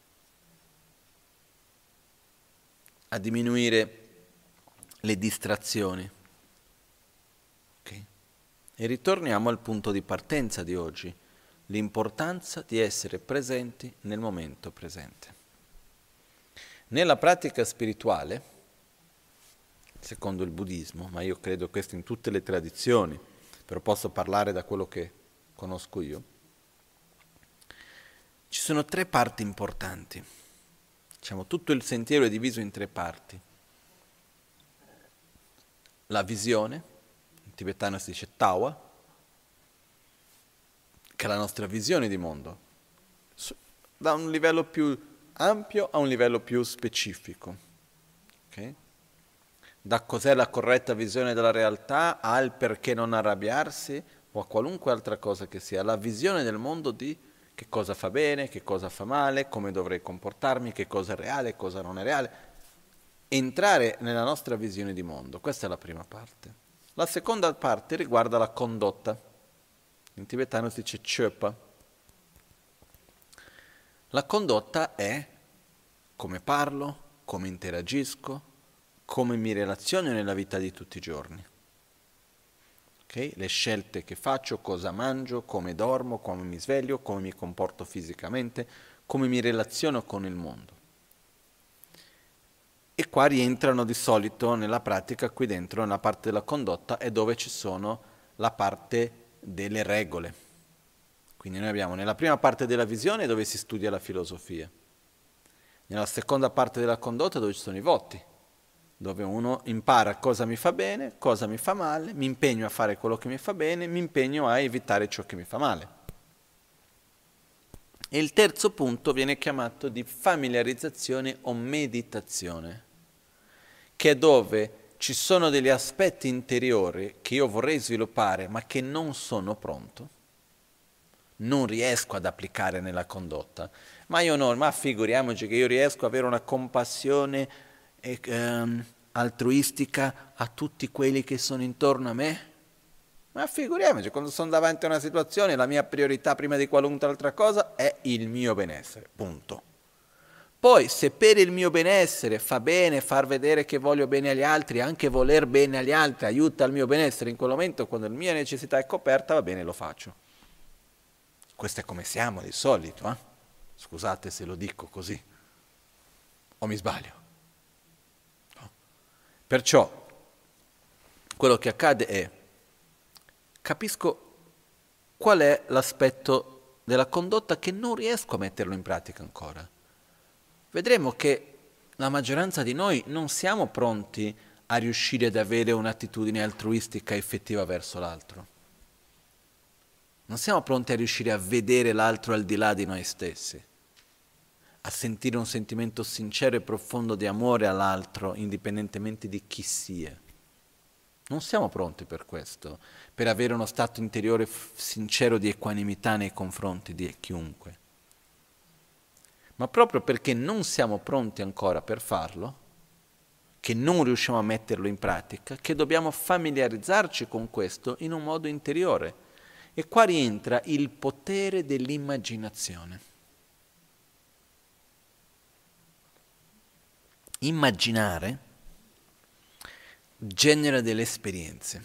a diminuire le distrazioni. Okay? E ritorniamo al punto di partenza di oggi, l'importanza di essere presenti nel momento presente. Nella pratica spirituale, secondo il buddismo, ma io credo questo in tutte le tradizioni, però posso parlare da quello che conosco io, ci sono 3 parti importanti. Diciamo, tutto il sentiero è diviso in 3 parti. La visione, in tibetano si dice tawa, che è la nostra visione di mondo, da un livello più ampio a un livello più specifico. Okay? Da cos'è la corretta visione della realtà al perché non arrabbiarsi o a qualunque altra cosa che sia, la visione del mondo di che cosa fa bene, che cosa fa male, come dovrei comportarmi, che cosa è reale, cosa non è reale. Entrare nella nostra visione di mondo, questa è la prima parte. La seconda parte riguarda la condotta. In tibetano si dice chöpa. La condotta è come parlo, come interagisco, come mi relaziono nella vita di tutti i giorni. Okay? Le scelte che faccio, cosa mangio, come dormo, come mi sveglio, come mi comporto fisicamente, come mi relaziono con il mondo. E qua rientrano di solito nella pratica, qui dentro, nella parte della condotta, è dove ci sono la parte delle regole. Quindi noi abbiamo nella prima parte della visione dove si studia la filosofia, nella seconda parte della condotta dove ci sono i voti, dove uno impara cosa mi fa bene, cosa mi fa male, mi impegno a fare quello che mi fa bene, mi impegno a evitare ciò che mi fa male. E il terzo punto viene chiamato di familiarizzazione o meditazione, che è dove ci sono degli aspetti interiori che io vorrei sviluppare ma che non sono pronto, non riesco ad applicare nella condotta, ma figuriamoci che io riesco ad avere una compassione altruistica a tutti quelli che sono intorno a me? Ma figuriamoci, quando sono davanti a una situazione la mia priorità prima di qualunque altra cosa è il mio benessere, punto. Poi se per il mio benessere fa bene far vedere che voglio bene agli altri, anche voler bene agli altri aiuta il mio benessere in quel momento, quando la mia necessità è coperta, va bene, lo faccio. Questo è come siamo di solito, eh? Scusate se lo dico così, o mi sbaglio. No. Perciò, quello che accade è, capisco qual è l'aspetto della condotta che non riesco a metterlo in pratica ancora. Vedremo che la maggioranza di noi non siamo pronti a riuscire ad avere un'attitudine altruistica effettiva verso l'altro. Non siamo pronti a riuscire a vedere l'altro al di là di noi stessi, a sentire un sentimento sincero e profondo di amore all'altro, indipendentemente di chi sia. Non siamo pronti per questo, per avere uno stato interiore sincero di equanimità nei confronti di chiunque. Ma proprio perché non siamo pronti ancora per farlo, che non riusciamo a metterlo in pratica, che dobbiamo familiarizzarci con questo in un modo interiore. E qua rientra il potere dell'immaginazione. Immaginare genera delle esperienze.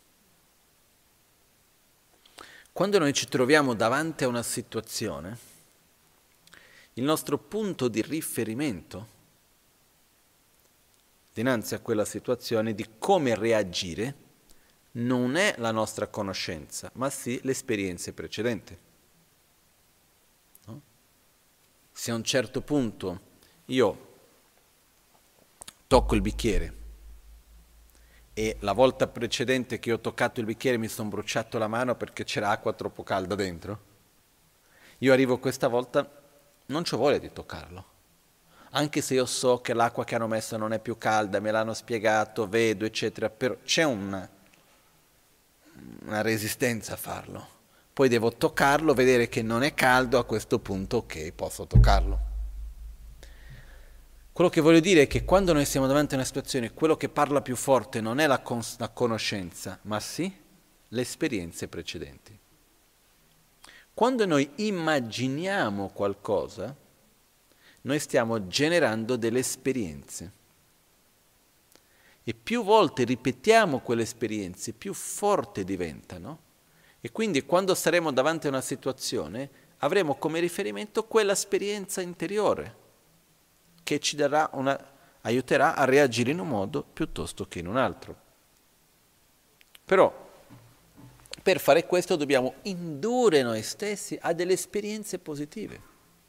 Quando noi ci troviamo davanti a una situazione, il nostro punto di riferimento dinanzi a quella situazione di come reagire non è la nostra conoscenza, ma sì le esperienze precedenti. No? Se a un certo punto io tocco il bicchiere e la volta precedente che ho toccato il bicchiere mi sono bruciato la mano perché c'era acqua troppo calda dentro, io arrivo questa volta, non c'ho voglia di toccarlo. Anche se io so che l'acqua che hanno messo non è più calda, me l'hanno spiegato, vedo, eccetera, però c'è una resistenza a farlo. Poi devo toccarlo, vedere che non è caldo, a questo punto ok, posso toccarlo. Quello che voglio dire è che quando noi siamo davanti a una situazione, quello che parla più forte non è la conoscenza, ma sì le esperienze precedenti. Quando noi immaginiamo qualcosa, noi stiamo generando delle esperienze. E più volte ripetiamo quelle esperienze, più forti diventano. E quindi quando saremo davanti a una situazione, avremo come riferimento quella esperienza interiore, che ci aiuterà a reagire in un modo piuttosto che in un altro. Però, per fare questo dobbiamo indurre noi stessi a delle esperienze positive.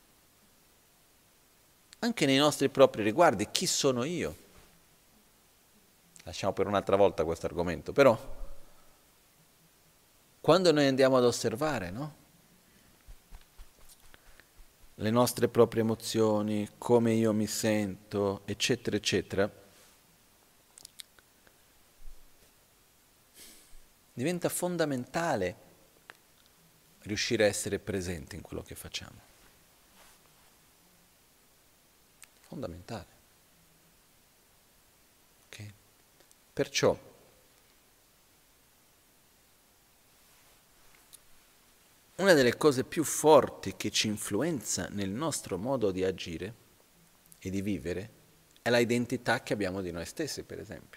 Anche nei nostri propri riguardi, chi sono io? Lasciamo per un'altra volta questo argomento, però quando noi andiamo ad osservare, no? Le nostre proprie emozioni, come io mi sento, eccetera, eccetera, diventa fondamentale riuscire a essere presenti in quello che facciamo. Fondamentale. Okay? Perciò una delle cose più forti che ci influenza nel nostro modo di agire e di vivere è la identità che abbiamo di noi stessi, per esempio.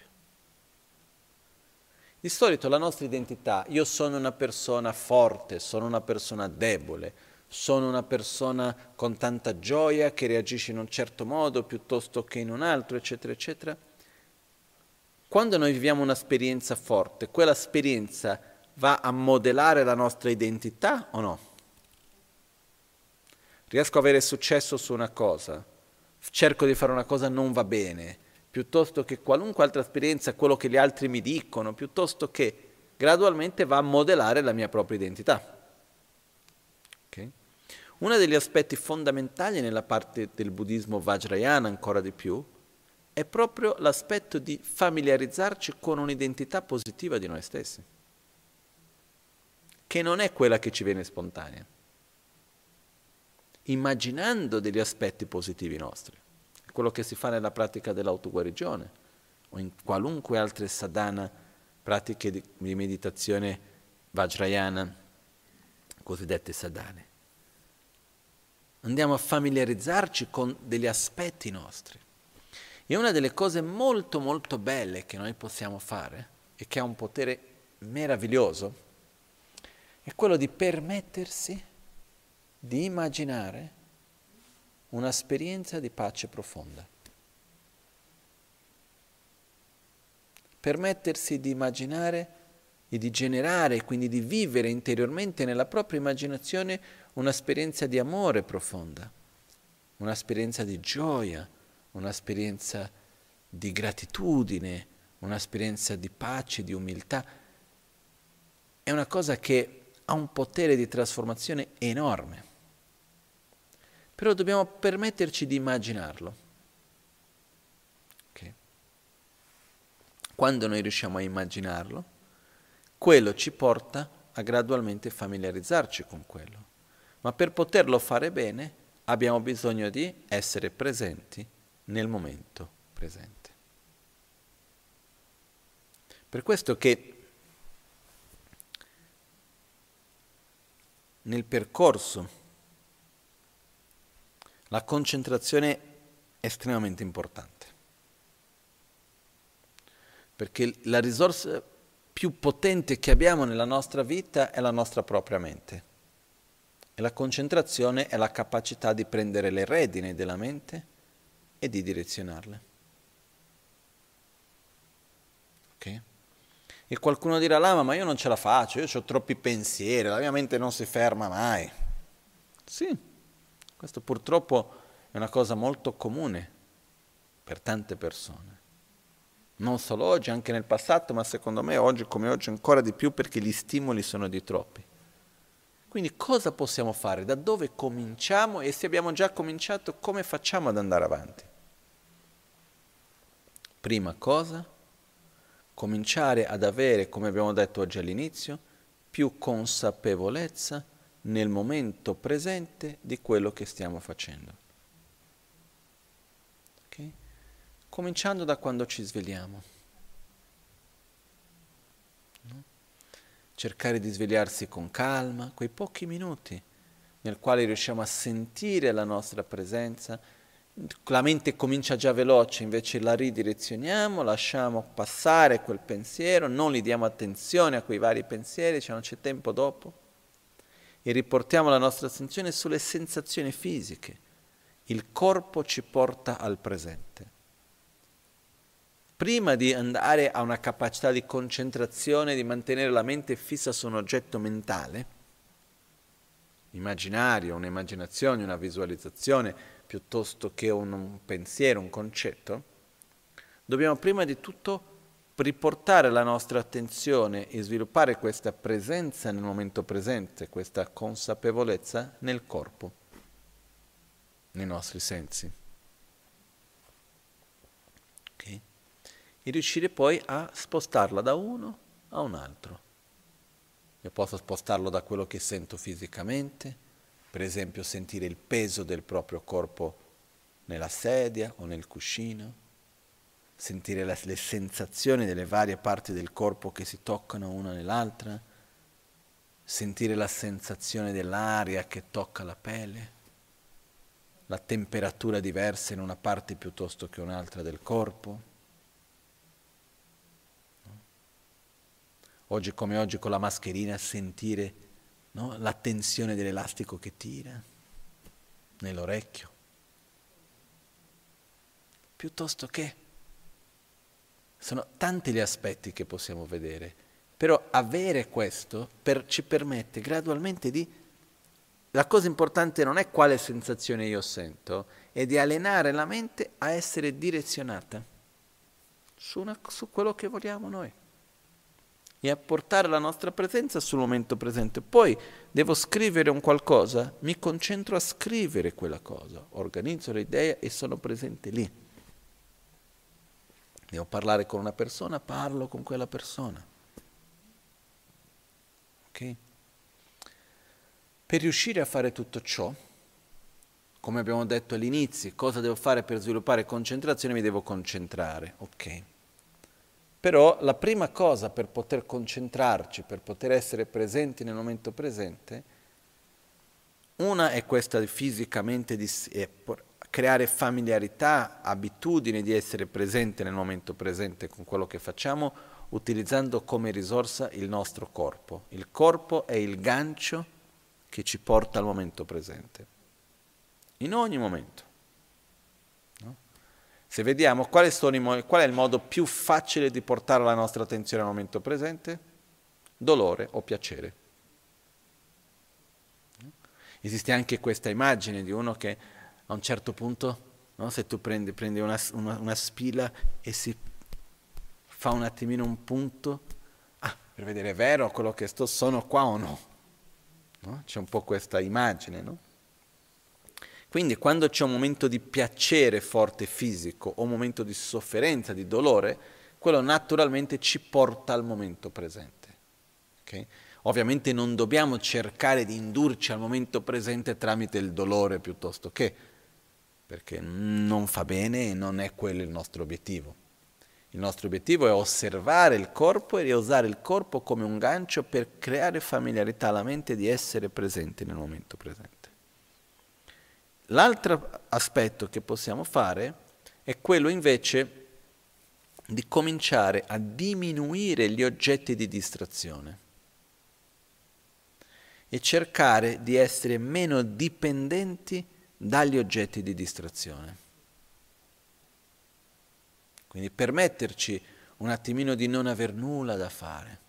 Di solito la nostra identità, io sono una persona forte, sono una persona debole, sono una persona con tanta gioia che reagisce in un certo modo piuttosto che in un altro, eccetera, eccetera. Quando noi viviamo un'esperienza forte, quell'esperienza va a modellare la nostra identità o no? Riesco ad avere successo su una cosa, cerco di fare una cosa, non va bene, piuttosto che qualunque altra esperienza, quello che gli altri mi dicono, piuttosto che gradualmente va a modellare la mia propria identità. Okay? Uno degli aspetti fondamentali nella parte del buddismo vajrayana, ancora di più, è proprio l'aspetto di familiarizzarci con un'identità positiva di noi stessi, che non è quella che ci viene spontanea, immaginando degli aspetti positivi nostri. È quello che si fa nella pratica dell'autoguarigione o in qualunque altre sadhana, pratiche di meditazione vajrayana, cosiddette sadhane. Andiamo a familiarizzarci con degli aspetti nostri. E una delle cose molto molto belle che noi possiamo fare e che ha un potere meraviglioso è quello di permettersi di immaginare un'esperienza di pace profonda. Permettersi di immaginare e di generare, quindi di vivere interiormente nella propria immaginazione un'esperienza di amore profonda, un'esperienza di gioia, un'esperienza di gratitudine, un'esperienza di pace, di umiltà. È una cosa che ha un potere di trasformazione enorme. Però dobbiamo permetterci di immaginarlo. Okay. Quando noi riusciamo a immaginarlo, quello ci porta a gradualmente familiarizzarci con quello. Ma per poterlo fare bene abbiamo bisogno di essere presenti nel momento presente. Per questo che nel percorso la concentrazione è estremamente importante, perché la risorsa più potente che abbiamo nella nostra vita è la nostra propria mente. E la concentrazione è la capacità di prendere le redini della mente e di direzionarle. Ok? E qualcuno dirà, Lama, ma io non ce la faccio, io ho troppi pensieri, la mia mente non si ferma mai. Sì, questo purtroppo è una cosa molto comune per tante persone. Non solo oggi, anche nel passato, ma secondo me oggi come oggi ancora di più perché gli stimoli sono di troppi. Quindi cosa possiamo fare? Da dove cominciamo? E se abbiamo già cominciato, come facciamo ad andare avanti? Prima cosa, cominciare ad avere, come abbiamo detto oggi all'inizio, più consapevolezza nel momento presente di quello che stiamo facendo. Okay? Cominciando da quando ci svegliamo. No? Cercare di svegliarsi con calma, quei pochi minuti nel quale riusciamo a sentire la nostra presenza. La mente comincia già veloce, invece la ridirezioniamo, lasciamo passare quel pensiero, non gli diamo attenzione a quei vari pensieri, cioè non c'è tempo dopo, e riportiamo la nostra attenzione sulle sensazioni fisiche. Il corpo ci porta al presente. Prima di andare a una capacità di concentrazione, di mantenere la mente fissa su un oggetto mentale, immaginario, un'immaginazione, una visualizzazione, piuttosto che un pensiero, un concetto, dobbiamo prima di tutto riportare la nostra attenzione e sviluppare questa presenza nel momento presente, questa consapevolezza nel corpo, nei nostri sensi. Okay? E riuscire poi a spostarla da uno a un altro. Io posso spostarlo da quello che sento fisicamente, per esempio sentire il peso del proprio corpo nella sedia o nel cuscino, sentire le sensazioni delle varie parti del corpo che si toccano una nell'altra, sentire la sensazione dell'aria che tocca la pelle, la temperatura diversa in una parte piuttosto che un'altra del corpo. Oggi come oggi con la mascherina sentire, no, la tensione dell'elastico che tira nell'orecchio. Piuttosto che sono tanti gli aspetti che possiamo vedere, però avere questo ci permette gradualmente di... La cosa importante non è quale sensazione io sento, è di allenare la mente a essere direzionata su quello che vogliamo noi e a portare la nostra presenza sul momento presente. Poi devo scrivere un qualcosa, mi concentro a scrivere quella cosa, organizzo le idee e sono presente lì. Devo parlare con una persona, parlo con quella persona. Ok? Per riuscire a fare tutto ciò, come abbiamo detto all'inizio, cosa devo fare per sviluppare concentrazione? Mi devo concentrare, ok. Però la prima cosa per poter concentrarci, per poter essere presenti nel momento presente, una è questa fisicamente di creare familiarità, abitudine di essere presente nel momento presente con quello che facciamo, utilizzando come risorsa il nostro corpo. Il corpo è il gancio che ci porta al momento presente, in ogni momento. No? Se vediamo qual è il modo più facile di portare la nostra attenzione al momento presente? Dolore o piacere. Esiste anche questa immagine di uno che a un certo punto, no, se tu prendi una spilla e si fa un attimino un punto, per vedere è vero quello che sono qua o no? No? C'è un po' questa immagine, no? Quindi quando c'è un momento di piacere forte fisico o un momento di sofferenza, di dolore, quello naturalmente ci porta al momento presente. Okay? Ovviamente non dobbiamo cercare di indurci al momento presente tramite il dolore piuttosto che, perché non fa bene e non è quello il nostro obiettivo. Il nostro obiettivo è osservare il corpo e usare il corpo come un gancio per creare familiarità alla mente di essere presente nel momento presente. L'altro aspetto che possiamo fare è quello invece di cominciare a diminuire gli oggetti di distrazione e cercare di essere meno dipendenti dagli oggetti di distrazione. Quindi permetterci un attimino di non aver nulla da fare,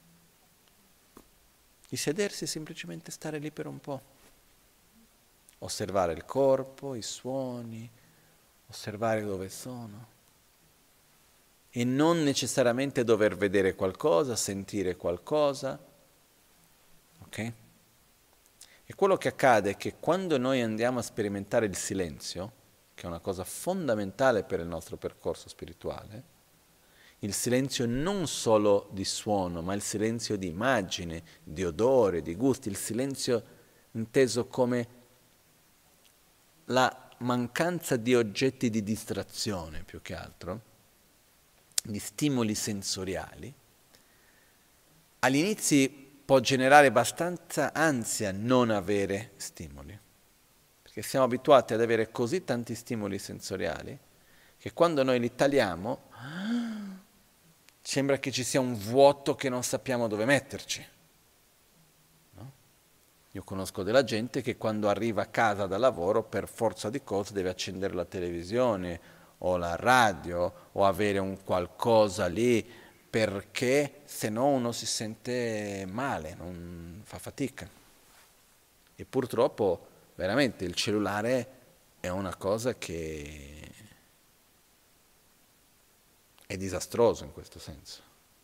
di sedersi e semplicemente stare lì per un po', osservare il corpo, i suoni, osservare dove sono e non necessariamente dover vedere qualcosa, sentire qualcosa, ok? E quello che accade è che quando noi andiamo a sperimentare il silenzio, che è una cosa fondamentale per il nostro percorso spirituale, il silenzio non solo di suono, ma il silenzio di immagine, di odore, di gusti, il silenzio inteso come la mancanza di oggetti di distrazione, più che altro, di stimoli sensoriali, all'inizio può generare abbastanza ansia non avere stimoli, perché siamo abituati ad avere così tanti stimoli sensoriali che quando noi li tagliamo sembra che ci sia un vuoto che non sappiamo dove metterci. No? Io conosco della gente che quando arriva a casa da lavoro per forza di cose deve accendere la televisione o la radio o avere un qualcosa lì perché se no uno si sente male, non fa fatica. E purtroppo veramente il cellulare è una cosa che è disastroso in questo senso.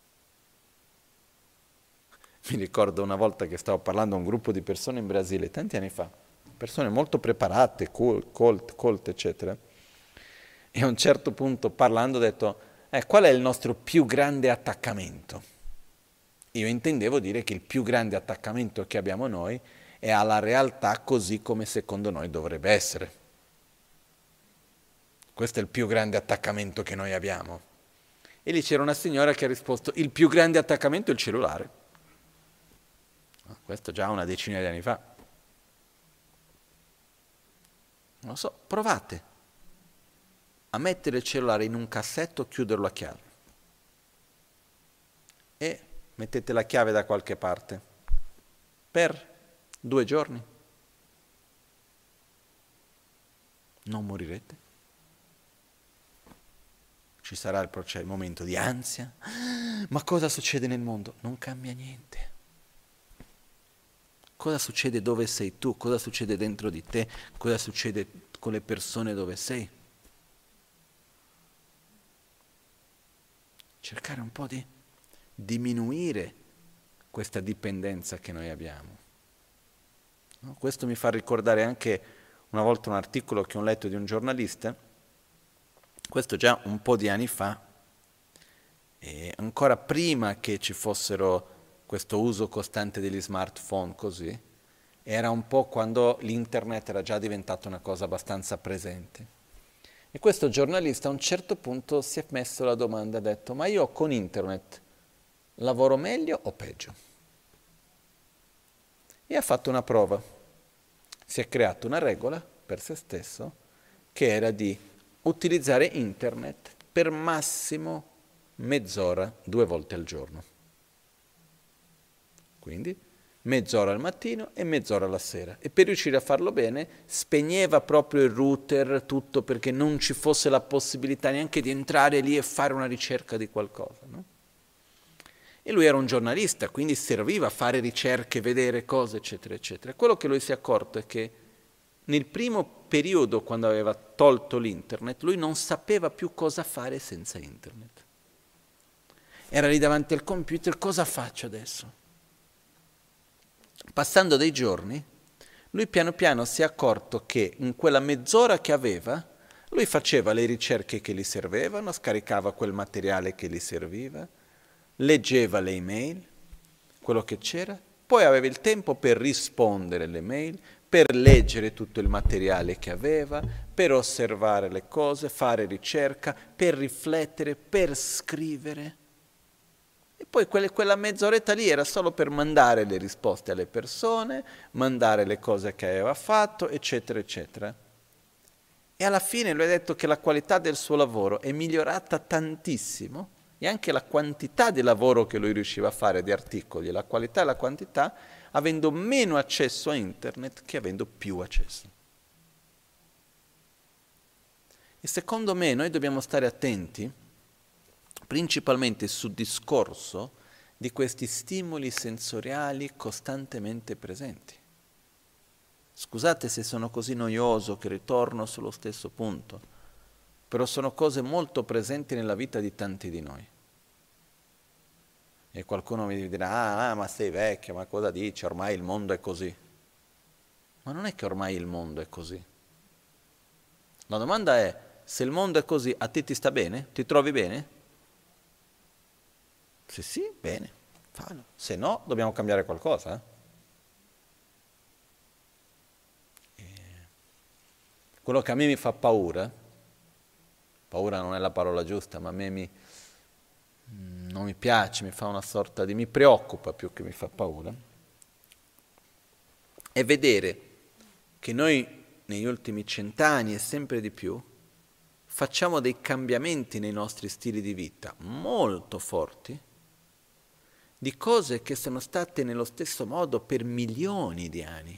Mi ricordo una volta che stavo parlando a un gruppo di persone in Brasile, tanti anni fa, persone molto preparate, colte, eccetera, e a un certo punto parlando ho detto, qual è il nostro più grande attaccamento? Io intendevo dire che il più grande attaccamento che abbiamo noi è alla realtà così come secondo noi dovrebbe essere. Questo è il più grande attaccamento che noi abbiamo. E lì c'era una signora che ha risposto, il più grande attaccamento è il cellulare. Questo già una decina di anni fa. Non lo so, provate a mettere il cellulare in un cassetto, chiuderlo a chiave. E mettete la chiave da qualche parte per 2 giorni. Non morirete. Ci sarà il momento di ansia. Ma cosa succede nel mondo? Non cambia niente. Cosa succede dove sei tu? Cosa succede dentro di te? Cosa succede con le persone dove sei? Cercare un po' di diminuire questa dipendenza che noi abbiamo. No? Questo mi fa ricordare anche una volta un articolo che ho letto di un giornalista, questo già un po' di anni fa, e ancora prima che ci fossero questo uso costante degli smartphone così, era un po' quando l'internet era già diventato una cosa abbastanza presente. E questo giornalista a un certo punto si è messo la domanda, ha detto, ma io con internet lavoro meglio o peggio? E ha fatto una prova. Si è creato una regola per se stesso che era di utilizzare internet per massimo mezz'ora 2 volte al giorno. Quindi mezz'ora al mattino e mezz'ora alla sera. E per riuscire a farlo bene spegneva proprio il router, tutto, perché non ci fosse la possibilità neanche di entrare lì e fare una ricerca di qualcosa, no? E lui era un giornalista, quindi serviva a fare ricerche, vedere cose, eccetera, eccetera. Quello che lui si è accorto è che nel primo periodo, quando aveva tolto l'internet, lui non sapeva più cosa fare senza internet. Era lì davanti al computer, cosa faccio adesso? Passando dei giorni, lui piano piano si è accorto che in quella mezz'ora che aveva, lui faceva le ricerche che gli servivano, scaricava quel materiale che gli serviva, leggeva le email, quello che c'era, poi aveva il tempo per rispondere alle mail, per leggere tutto il materiale che aveva, per osservare le cose, fare ricerca, per riflettere, per scrivere. E poi quella mezz'oretta lì era solo per mandare le risposte alle persone, mandare le cose che aveva fatto, eccetera, eccetera. E alla fine lui ha detto che la qualità del suo lavoro è migliorata tantissimo, e anche la quantità di lavoro che lui riusciva a fare, di articoli, la qualità e la quantità, avendo meno accesso a internet che avendo più accesso. E secondo me noi dobbiamo stare attenti principalmente sul discorso di questi stimoli sensoriali costantemente presenti. Scusate se sono così noioso che ritorno sullo stesso punto, però sono cose molto presenti nella vita di tanti di noi. E qualcuno mi dirà, ma sei vecchio, ma cosa dici? Ormai il mondo è così. Ma non è che ormai il mondo è così. La domanda è, se il mondo è così, a te ti sta bene? Ti trovi bene? Se sì, bene, fallo. Se no, dobbiamo cambiare qualcosa. Quello che a me mi fa paura non è la parola giusta, ma a me non mi piace, mi fa una sorta di, mi preoccupa più che mi fa paura, è vedere che noi negli ultimi 100 anni e sempre di più facciamo dei cambiamenti nei nostri stili di vita molto forti, di cose che sono state nello stesso modo per milioni di anni.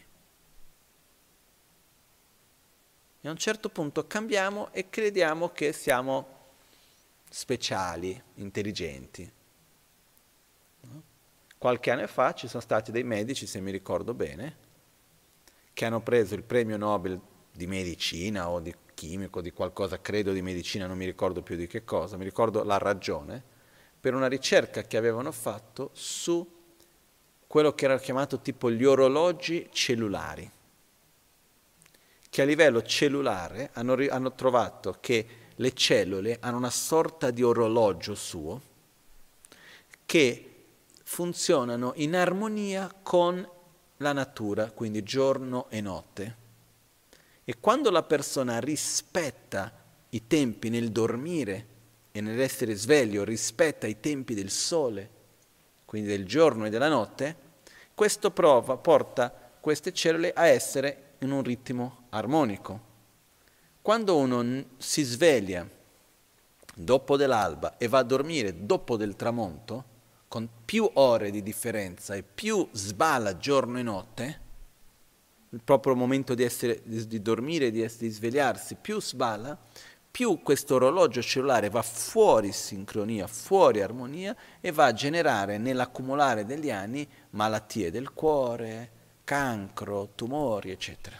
E a un certo punto cambiamo e crediamo che siamo speciali, intelligenti. No? Qualche anno fa ci sono stati dei medici, se mi ricordo bene, che hanno preso il premio Nobel di medicina o di chimico, di qualcosa, credo di medicina, non mi ricordo più di che cosa, mi ricordo la ragione, per una ricerca che avevano fatto su quello che era chiamato tipo gli orologi cellulari, che a livello cellulare hanno trovato che le cellule hanno una sorta di orologio suo che funzionano in armonia con la natura, quindi giorno e notte. E quando la persona rispetta i tempi nel dormire e nell'essere sveglio, rispetta i tempi del sole, quindi del giorno e della notte, questo porta queste cellule a essere in un ritmo armonico. Quando uno si sveglia dopo dell'alba e va a dormire dopo del tramonto, con più ore di differenza e più sballa giorno e notte, il proprio momento di dormire, di svegliarsi, più sballa, più questo orologio cellulare va fuori sincronia, fuori armonia e va a generare nell'accumulare degli anni malattie del cuore, cancro, tumori, eccetera.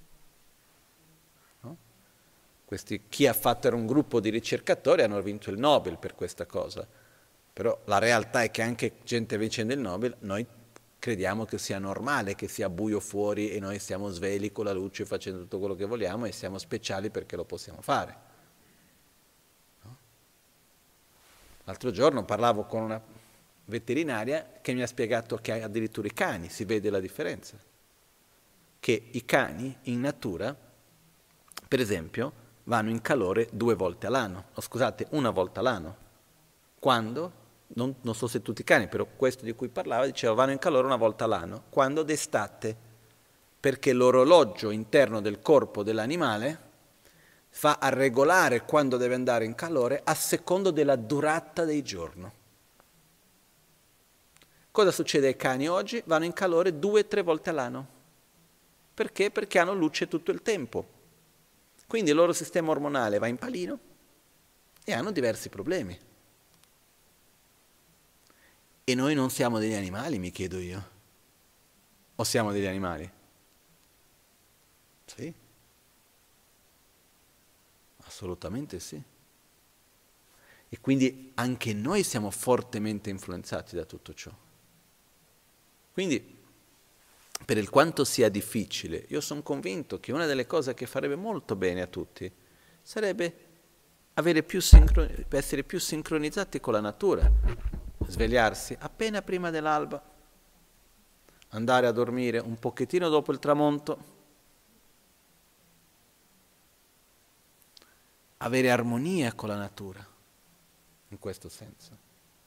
No? Chi ha fatto era un gruppo di ricercatori, hanno vinto il Nobel per questa cosa. Però la realtà è che anche gente vincendo il Nobel, noi crediamo che sia normale che sia buio fuori e noi stiamo svegli con la luce facendo tutto quello che vogliamo e siamo speciali perché lo possiamo fare. No? L'altro giorno parlavo con una veterinaria che mi ha spiegato che addirittura i cani, si vede la differenza. Che i cani in natura, per esempio, vanno in calore 2 volte all'anno, una volta all'anno. Quando? Non so se tutti i cani, però questo di cui parlava diceva vanno in calore 1 volta all'anno, quando d'estate, perché l'orologio interno del corpo dell'animale fa a regolare quando deve andare in calore a secondo della durata dei giorni. Cosa succede ai cani oggi? Vanno in calore 2-3 volte all'anno. Perché? Perché hanno luce tutto il tempo. Quindi il loro sistema ormonale va in palino e hanno diversi problemi. E noi non siamo degli animali, mi chiedo io. O siamo degli animali? Sì. Assolutamente sì. E quindi anche noi siamo fortemente influenzati da tutto ciò. Quindi, per il quanto sia difficile, io sono convinto che una delle cose che farebbe molto bene a tutti sarebbe essere più sincronizzati con la natura. Svegliarsi appena prima dell'alba, andare a dormire un pochettino dopo il tramonto, avere armonia con la natura, in questo senso.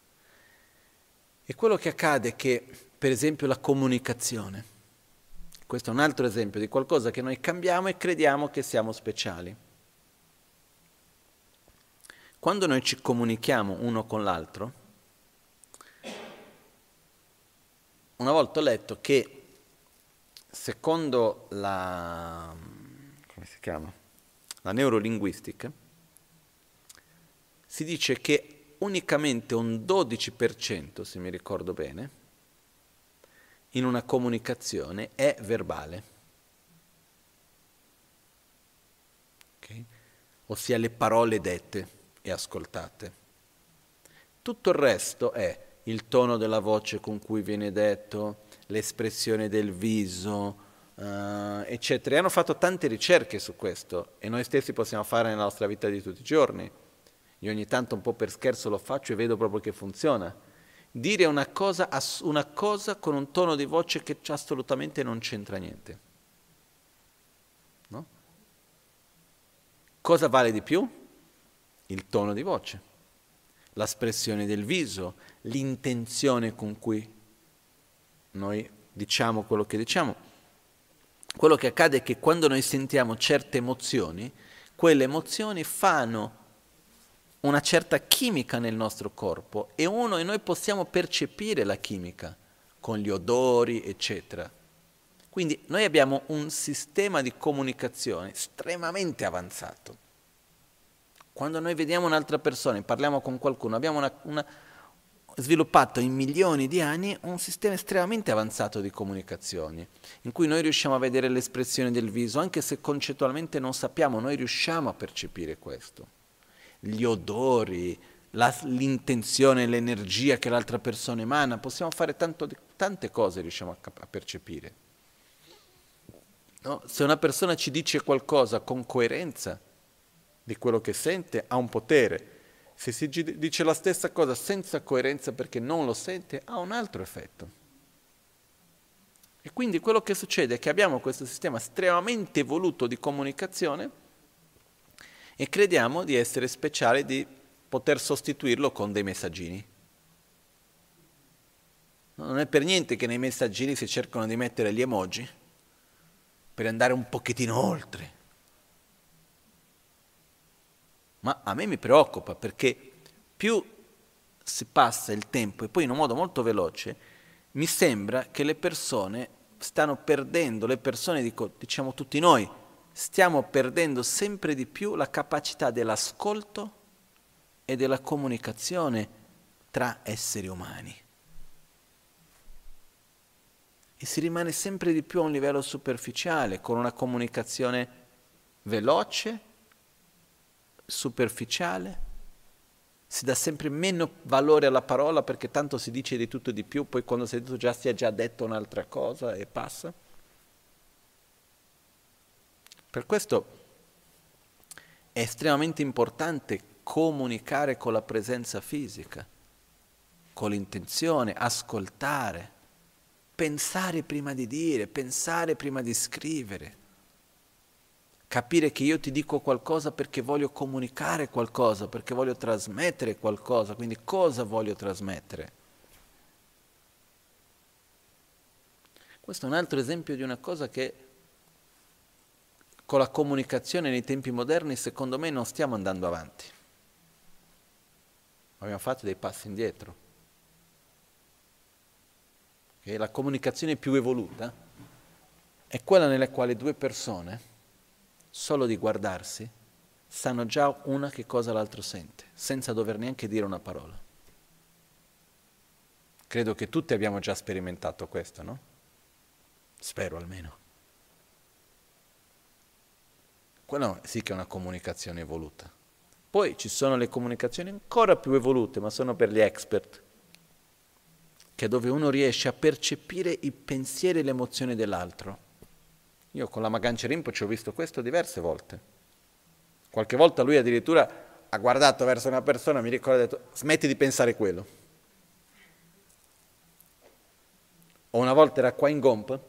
E quello che accade è che, per esempio, la comunicazione, questo è un altro esempio di qualcosa che noi cambiamo e crediamo che siamo speciali. Quando noi ci comunichiamo uno con l'altro, una volta ho letto che secondo la neurolinguistica si dice che unicamente un 12%, se mi ricordo bene, in una comunicazione è verbale. Okay? Ossia le parole dette e ascoltate. Tutto il resto è il tono della voce con cui viene detto, l'espressione del viso, eccetera. E hanno fatto tante ricerche su questo e noi stessi possiamo fare nella nostra vita di tutti i giorni. Io ogni tanto un po' per scherzo lo faccio e vedo proprio che funziona. Dire una cosa con un tono di voce che assolutamente non c'entra niente. No? Cosa vale di più? Il tono di voce, l'espressione del viso, l'intenzione con cui noi diciamo quello che diciamo. Quello che accade è che quando noi sentiamo certe emozioni, quelle emozioni fanno una certa chimica nel nostro corpo e noi possiamo percepire la chimica con gli odori, eccetera. Quindi noi abbiamo un sistema di comunicazione estremamente avanzato. Quando noi vediamo un'altra persona e parliamo con qualcuno, abbiamo sviluppato in milioni di anni un sistema estremamente avanzato di comunicazioni, in cui noi riusciamo a vedere l'espressione del viso, anche se concettualmente non sappiamo, noi riusciamo a percepire questo. Gli odori, l'intenzione, l'energia che l'altra persona emana, possiamo fare tante cose, riusciamo a percepire. No? Se una persona ci dice qualcosa con coerenza di quello che sente, ha un potere. Se si dice la stessa cosa senza coerenza perché non lo sente, ha un altro effetto. E quindi quello che succede è che abbiamo questo sistema estremamente evoluto di comunicazione e crediamo di essere speciali, di poter sostituirlo con dei messaggini. Non è per niente che nei messaggini si cercano di mettere gli emoji per andare un pochettino oltre. Ma a me mi preoccupa perché più si passa il tempo e poi in un modo molto veloce, mi sembra che le persone stanno perdendo, le persone, diciamo tutti noi, stiamo perdendo sempre di più la capacità dell'ascolto e della comunicazione tra esseri umani. E si rimane sempre di più a un livello superficiale, con una comunicazione veloce, superficiale, si dà sempre meno valore alla parola perché tanto si dice di tutto e di più, poi quando si è detto già si è già detto un'altra cosa e passa. Per questo è estremamente importante comunicare con la presenza fisica, con l'intenzione, ascoltare, pensare prima di dire, pensare prima di scrivere. Capire che io ti dico qualcosa perché voglio comunicare qualcosa, perché voglio trasmettere qualcosa, quindi cosa voglio trasmettere? Questo è un altro esempio di una cosa che con la comunicazione nei tempi moderni secondo me non stiamo andando avanti. Abbiamo fatto dei passi indietro. Okay? La comunicazione più evoluta è quella nella quale due persone, solo di guardarsi, sanno già una che cosa l'altro sente, senza dover neanche dire una parola. Credo che tutti abbiamo già sperimentato questo, no? Spero almeno. Quella sì che è una comunicazione evoluta. Poi ci sono le comunicazioni ancora più evolute, ma sono per gli expert, che è dove uno riesce a percepire i pensieri e le emozioni dell'altro. Io con la Magancia Rinpoche ho visto questo diverse volte. Qualche volta lui addirittura ha guardato verso una persona, mi ricordo, e ha detto smetti di pensare quello. O una volta era qua in Gompa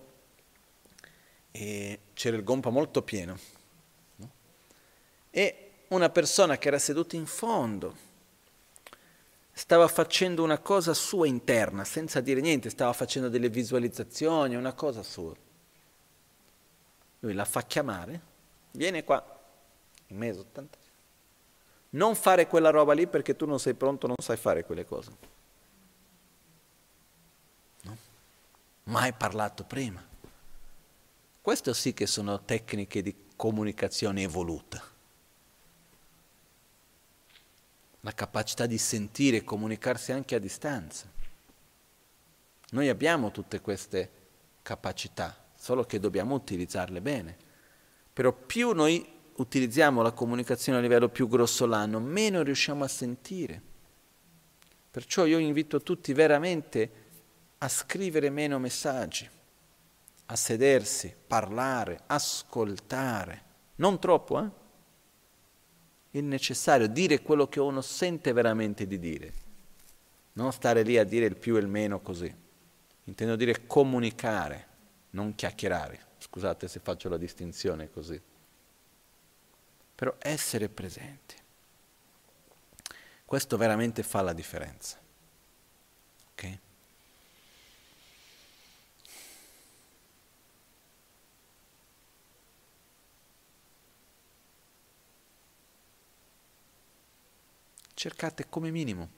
e c'era il Gompa molto pieno, no? E una persona che era seduta in fondo stava facendo una cosa sua interna, senza dire niente, stava facendo delle visualizzazioni, una cosa sua. Lui la fa chiamare, vieni qua, in mezzo, non fare quella roba lì perché tu non sei pronto, non sai fare quelle cose. No? Mai parlato prima. Queste sì che sono tecniche di comunicazione evoluta. La capacità di sentire e comunicarsi anche a distanza. Noi abbiamo tutte queste capacità, solo che dobbiamo utilizzarle bene. Però più noi utilizziamo la comunicazione a livello più grossolano, meno riusciamo a sentire. Perciò io invito tutti veramente a scrivere meno messaggi, a sedersi, parlare, ascoltare. Non troppo, eh? Il necessario, dire quello che uno sente veramente di dire. Non stare lì a dire il più e il meno così. Intendo dire comunicare, non chiacchierare. Scusate se faccio la distinzione così. Però essere presenti. Questo veramente fa la differenza. Ok? Cercate come minimo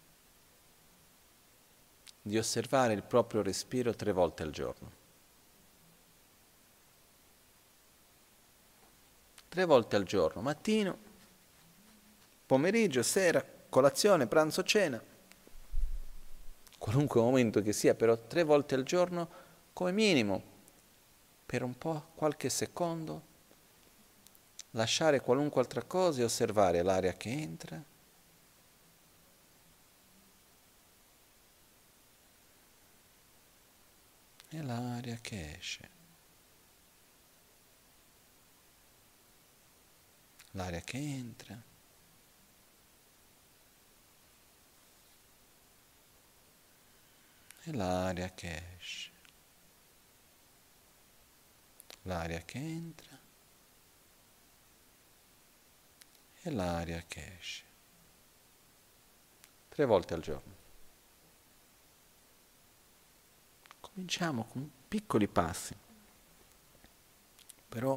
di osservare il proprio respiro 3 volte al giorno. 3 volte al giorno, mattino, pomeriggio, sera, colazione, pranzo, cena, qualunque momento che sia, però 3 volte al giorno come minimo, per un po', qualche secondo, lasciare qualunque altra cosa e osservare l'aria che entra e l'aria che esce. L'aria che entra e l'aria che esce, l'aria che entra e l'aria che esce. 3 volte al giorno. Cominciamo con piccoli passi, però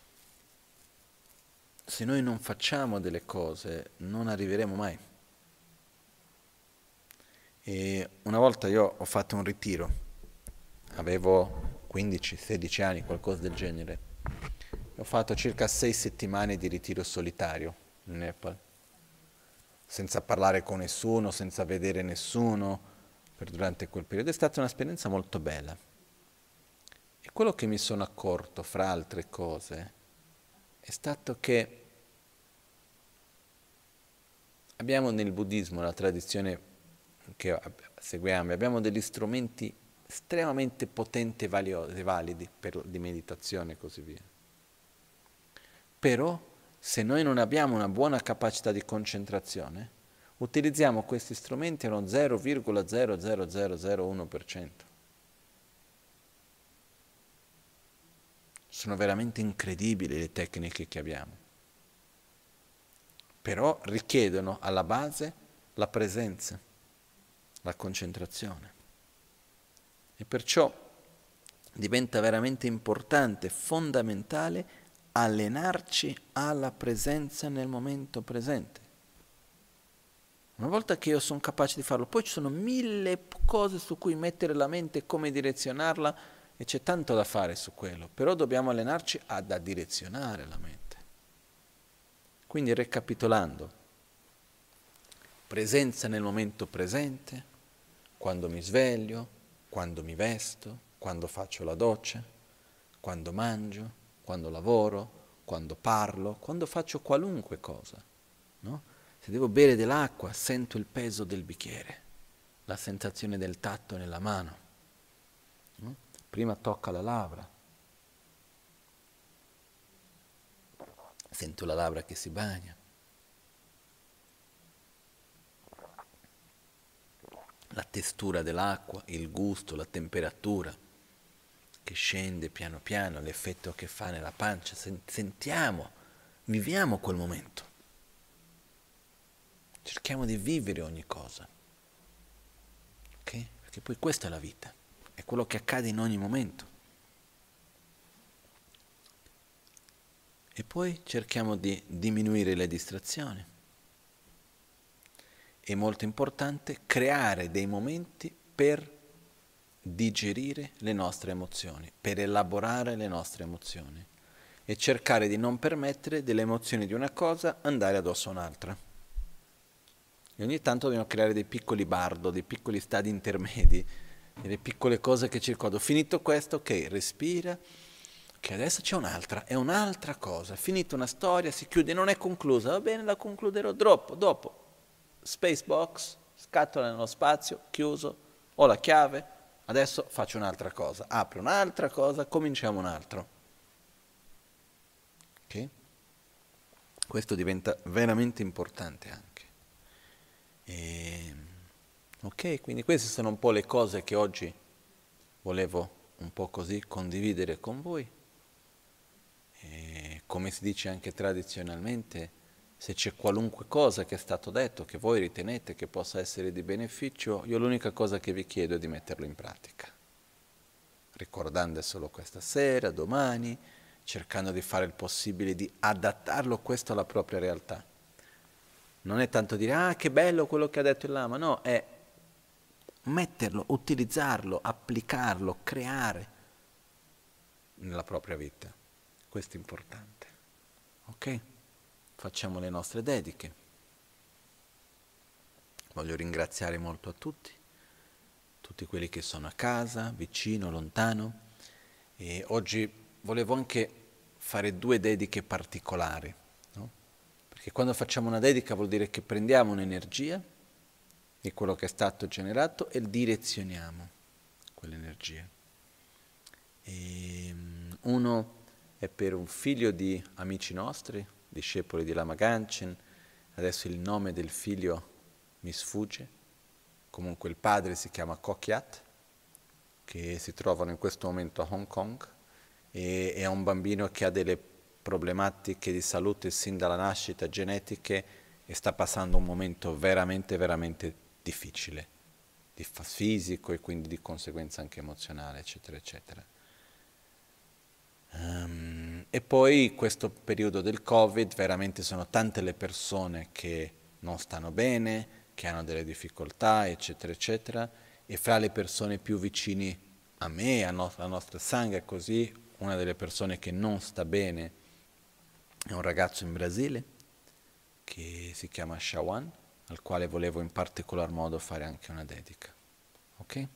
se noi non facciamo delle cose non arriveremo mai. E una volta io ho fatto un ritiro, avevo 15-16 anni, qualcosa del genere. Ho fatto circa 6 settimane di ritiro solitario in Nepal, senza parlare con nessuno, senza vedere nessuno, durante quel periodo. È stata un'esperienza molto bella. E quello che mi sono accorto, fra altre cose, è stato che abbiamo nel buddismo, la tradizione che seguiamo, abbiamo degli strumenti estremamente potenti e validi di meditazione e così via. Però, se noi non abbiamo una buona capacità di concentrazione, utilizziamo questi strumenti allo 0,00001%. Sono veramente incredibili le tecniche che abbiamo. Però richiedono alla base la presenza, la concentrazione. E perciò diventa veramente importante, fondamentale, allenarci alla presenza nel momento presente. Una volta che io sono capace di farlo, poi ci sono 1000 cose su cui mettere la mente, come direzionarla, e c'è tanto da fare su quello, però dobbiamo allenarci a direzionare la mente. Quindi recapitolando, presenza nel momento presente, quando mi sveglio, quando mi vesto, quando faccio la doccia, quando mangio, quando lavoro, quando parlo, quando faccio qualunque cosa, no? Se devo bere dell'acqua, sento il peso del bicchiere, la sensazione del tatto nella mano, no? Prima tocca la labbra, sento la labbra che si bagna, la testura dell'acqua, il gusto, la temperatura che scende piano piano, l'effetto che fa nella pancia, sentiamo, viviamo quel momento. Cerchiamo di vivere ogni cosa, ok? Perché poi questa è la vita, è quello che accade in ogni momento. E poi cerchiamo di diminuire le distrazioni. È molto importante creare dei momenti per digerire le nostre emozioni, per elaborare le nostre emozioni e cercare di non permettere delle emozioni di una cosa andare addosso a un'altra. E ogni tanto dobbiamo creare dei piccoli bardo, dei piccoli stadi intermedi, delle piccole cose che circondano. Finito questo, ok, respira, che adesso c'è un'altra, è un'altra cosa. Finita una storia, si chiude, non è conclusa, va bene, la concluderò dopo. Spacebox, scatola nello spazio, chiuso, ho la chiave, adesso faccio un'altra cosa, apro un'altra cosa, cominciamo un altro. Ok? Questo diventa veramente importante anche. Ok, quindi queste sono un po' le cose che oggi volevo un po' così condividere con voi. E come si dice anche tradizionalmente, se c'è qualunque cosa che è stato detto che voi ritenete che possa essere di beneficio, io l'unica cosa che vi chiedo è di metterlo in pratica, ricordando solo questa sera, domani, cercando di fare il possibile di adattarlo questo alla propria realtà. Non è tanto dire, ah che bello quello che ha detto il Lama, no, è metterlo, utilizzarlo, applicarlo, creare nella propria vita. Questo è importante. Ok? Facciamo le nostre dediche. Voglio ringraziare molto a tutti quelli che sono a casa, vicino, lontano. E oggi volevo anche fare 2 dediche particolari, no? Perché quando facciamo una dedica vuol dire che prendiamo un'energia di quello che è stato generato e direzioniamo quell'energia. E uno è per un figlio di amici nostri, discepoli di Lama Ganchen, adesso il nome del figlio mi sfugge, comunque il padre si chiama Kokyat, che si trovano in questo momento a Hong Kong e è un bambino che ha delle problematiche di salute sin dalla nascita, genetiche, e sta passando un momento veramente, veramente difficile, fisico e quindi di conseguenza anche emozionale, eccetera, eccetera. E poi questo periodo del Covid, veramente sono tante le persone che non stanno bene, che hanno delle difficoltà, eccetera, eccetera, e fra le persone più vicine a me, alla nostra sangue, così, una delle persone che non sta bene è un ragazzo in Brasile che si chiama Shawan, al quale volevo in particolar modo fare anche una dedica. Ok?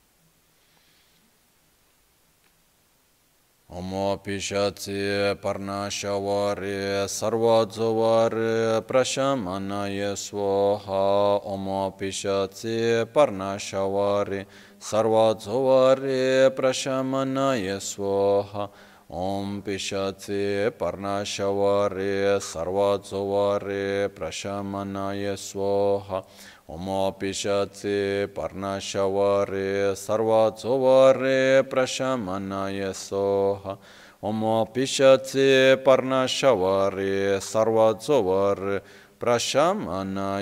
Omo pishatsi parna shavari sarva zovari prashamana yeswaha. Omo pishatsi parna shavari sarva zovari prashamana yeswaha. Om pishatsi parna shavari sarva zovari prashamana yeswaha. Omo pishatsi parna shavari sarva zovari prashamana yesoha. Omo pishatsi parna shavari sarva zovari prashamana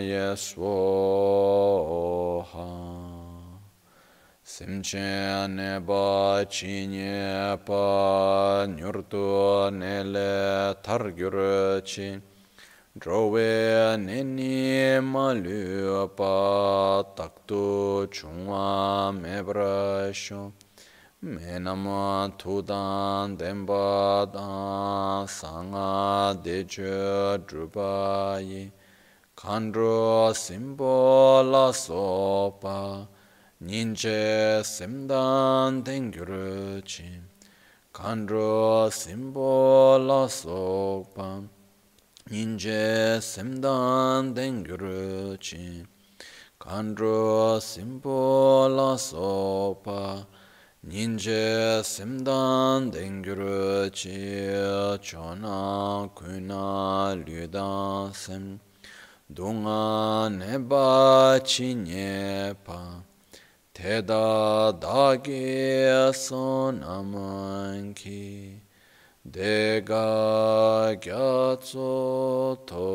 yesoha. Simche neba chinye pa nyurtu nele targyurchi. Drowe neni malu pa taktu chungwa mebrasho. Menama tudan demba dan sanga deje drubayi. Kandro simbo la sopa. Ninche semdan dengyuruchi. Kandro simbo la sopa. Ninje semdan dengyuruchi. Kandro simbo la sopa. Ninje semdan dengyuruchi. Chona kuna lyudan sem. Dunga neba chinyepa. Teda dagi sonamanki. Dega gyatso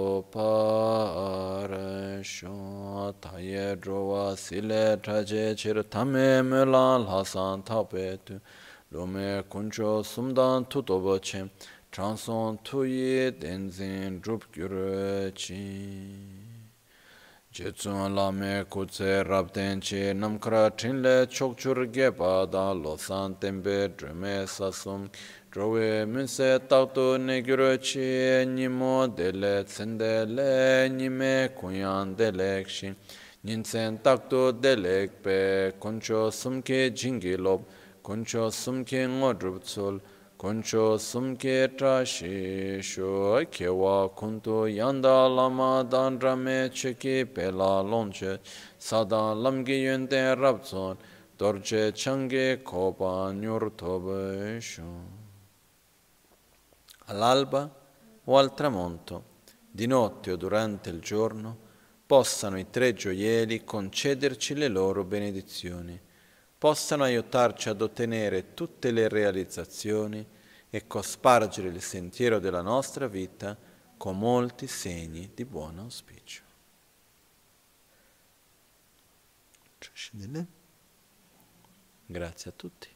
toparasho. Taye drowa sile traje chir tame mela lasan tapetu. Lume kuncho sumdan tutoboche. Transon tuyi denzin drup gyurechi. Jetsun lame kutse rabden chi namkara trinle chokchur gepa da losan tembe drume sasum. Drowe munse takto negyuro chi nimo dele tsendele nime kunyan delekshi. Ninsen takto delekpe koncho sumke jingilop koncho sumke ngodrup tsul. Koncho sumke trashi shu kewa kuntu yanda lama dandrame cheki pela lonche sada lamgi yunte rabzon dorje change kopa nyurtobe shu. All'alba o al tramonto, di notte o durante il giorno, possano i tre gioielli concederci le loro benedizioni, possano aiutarci ad ottenere tutte le realizzazioni e cospargere il sentiero della nostra vita con molti segni di buon auspicio. Grazie a tutti.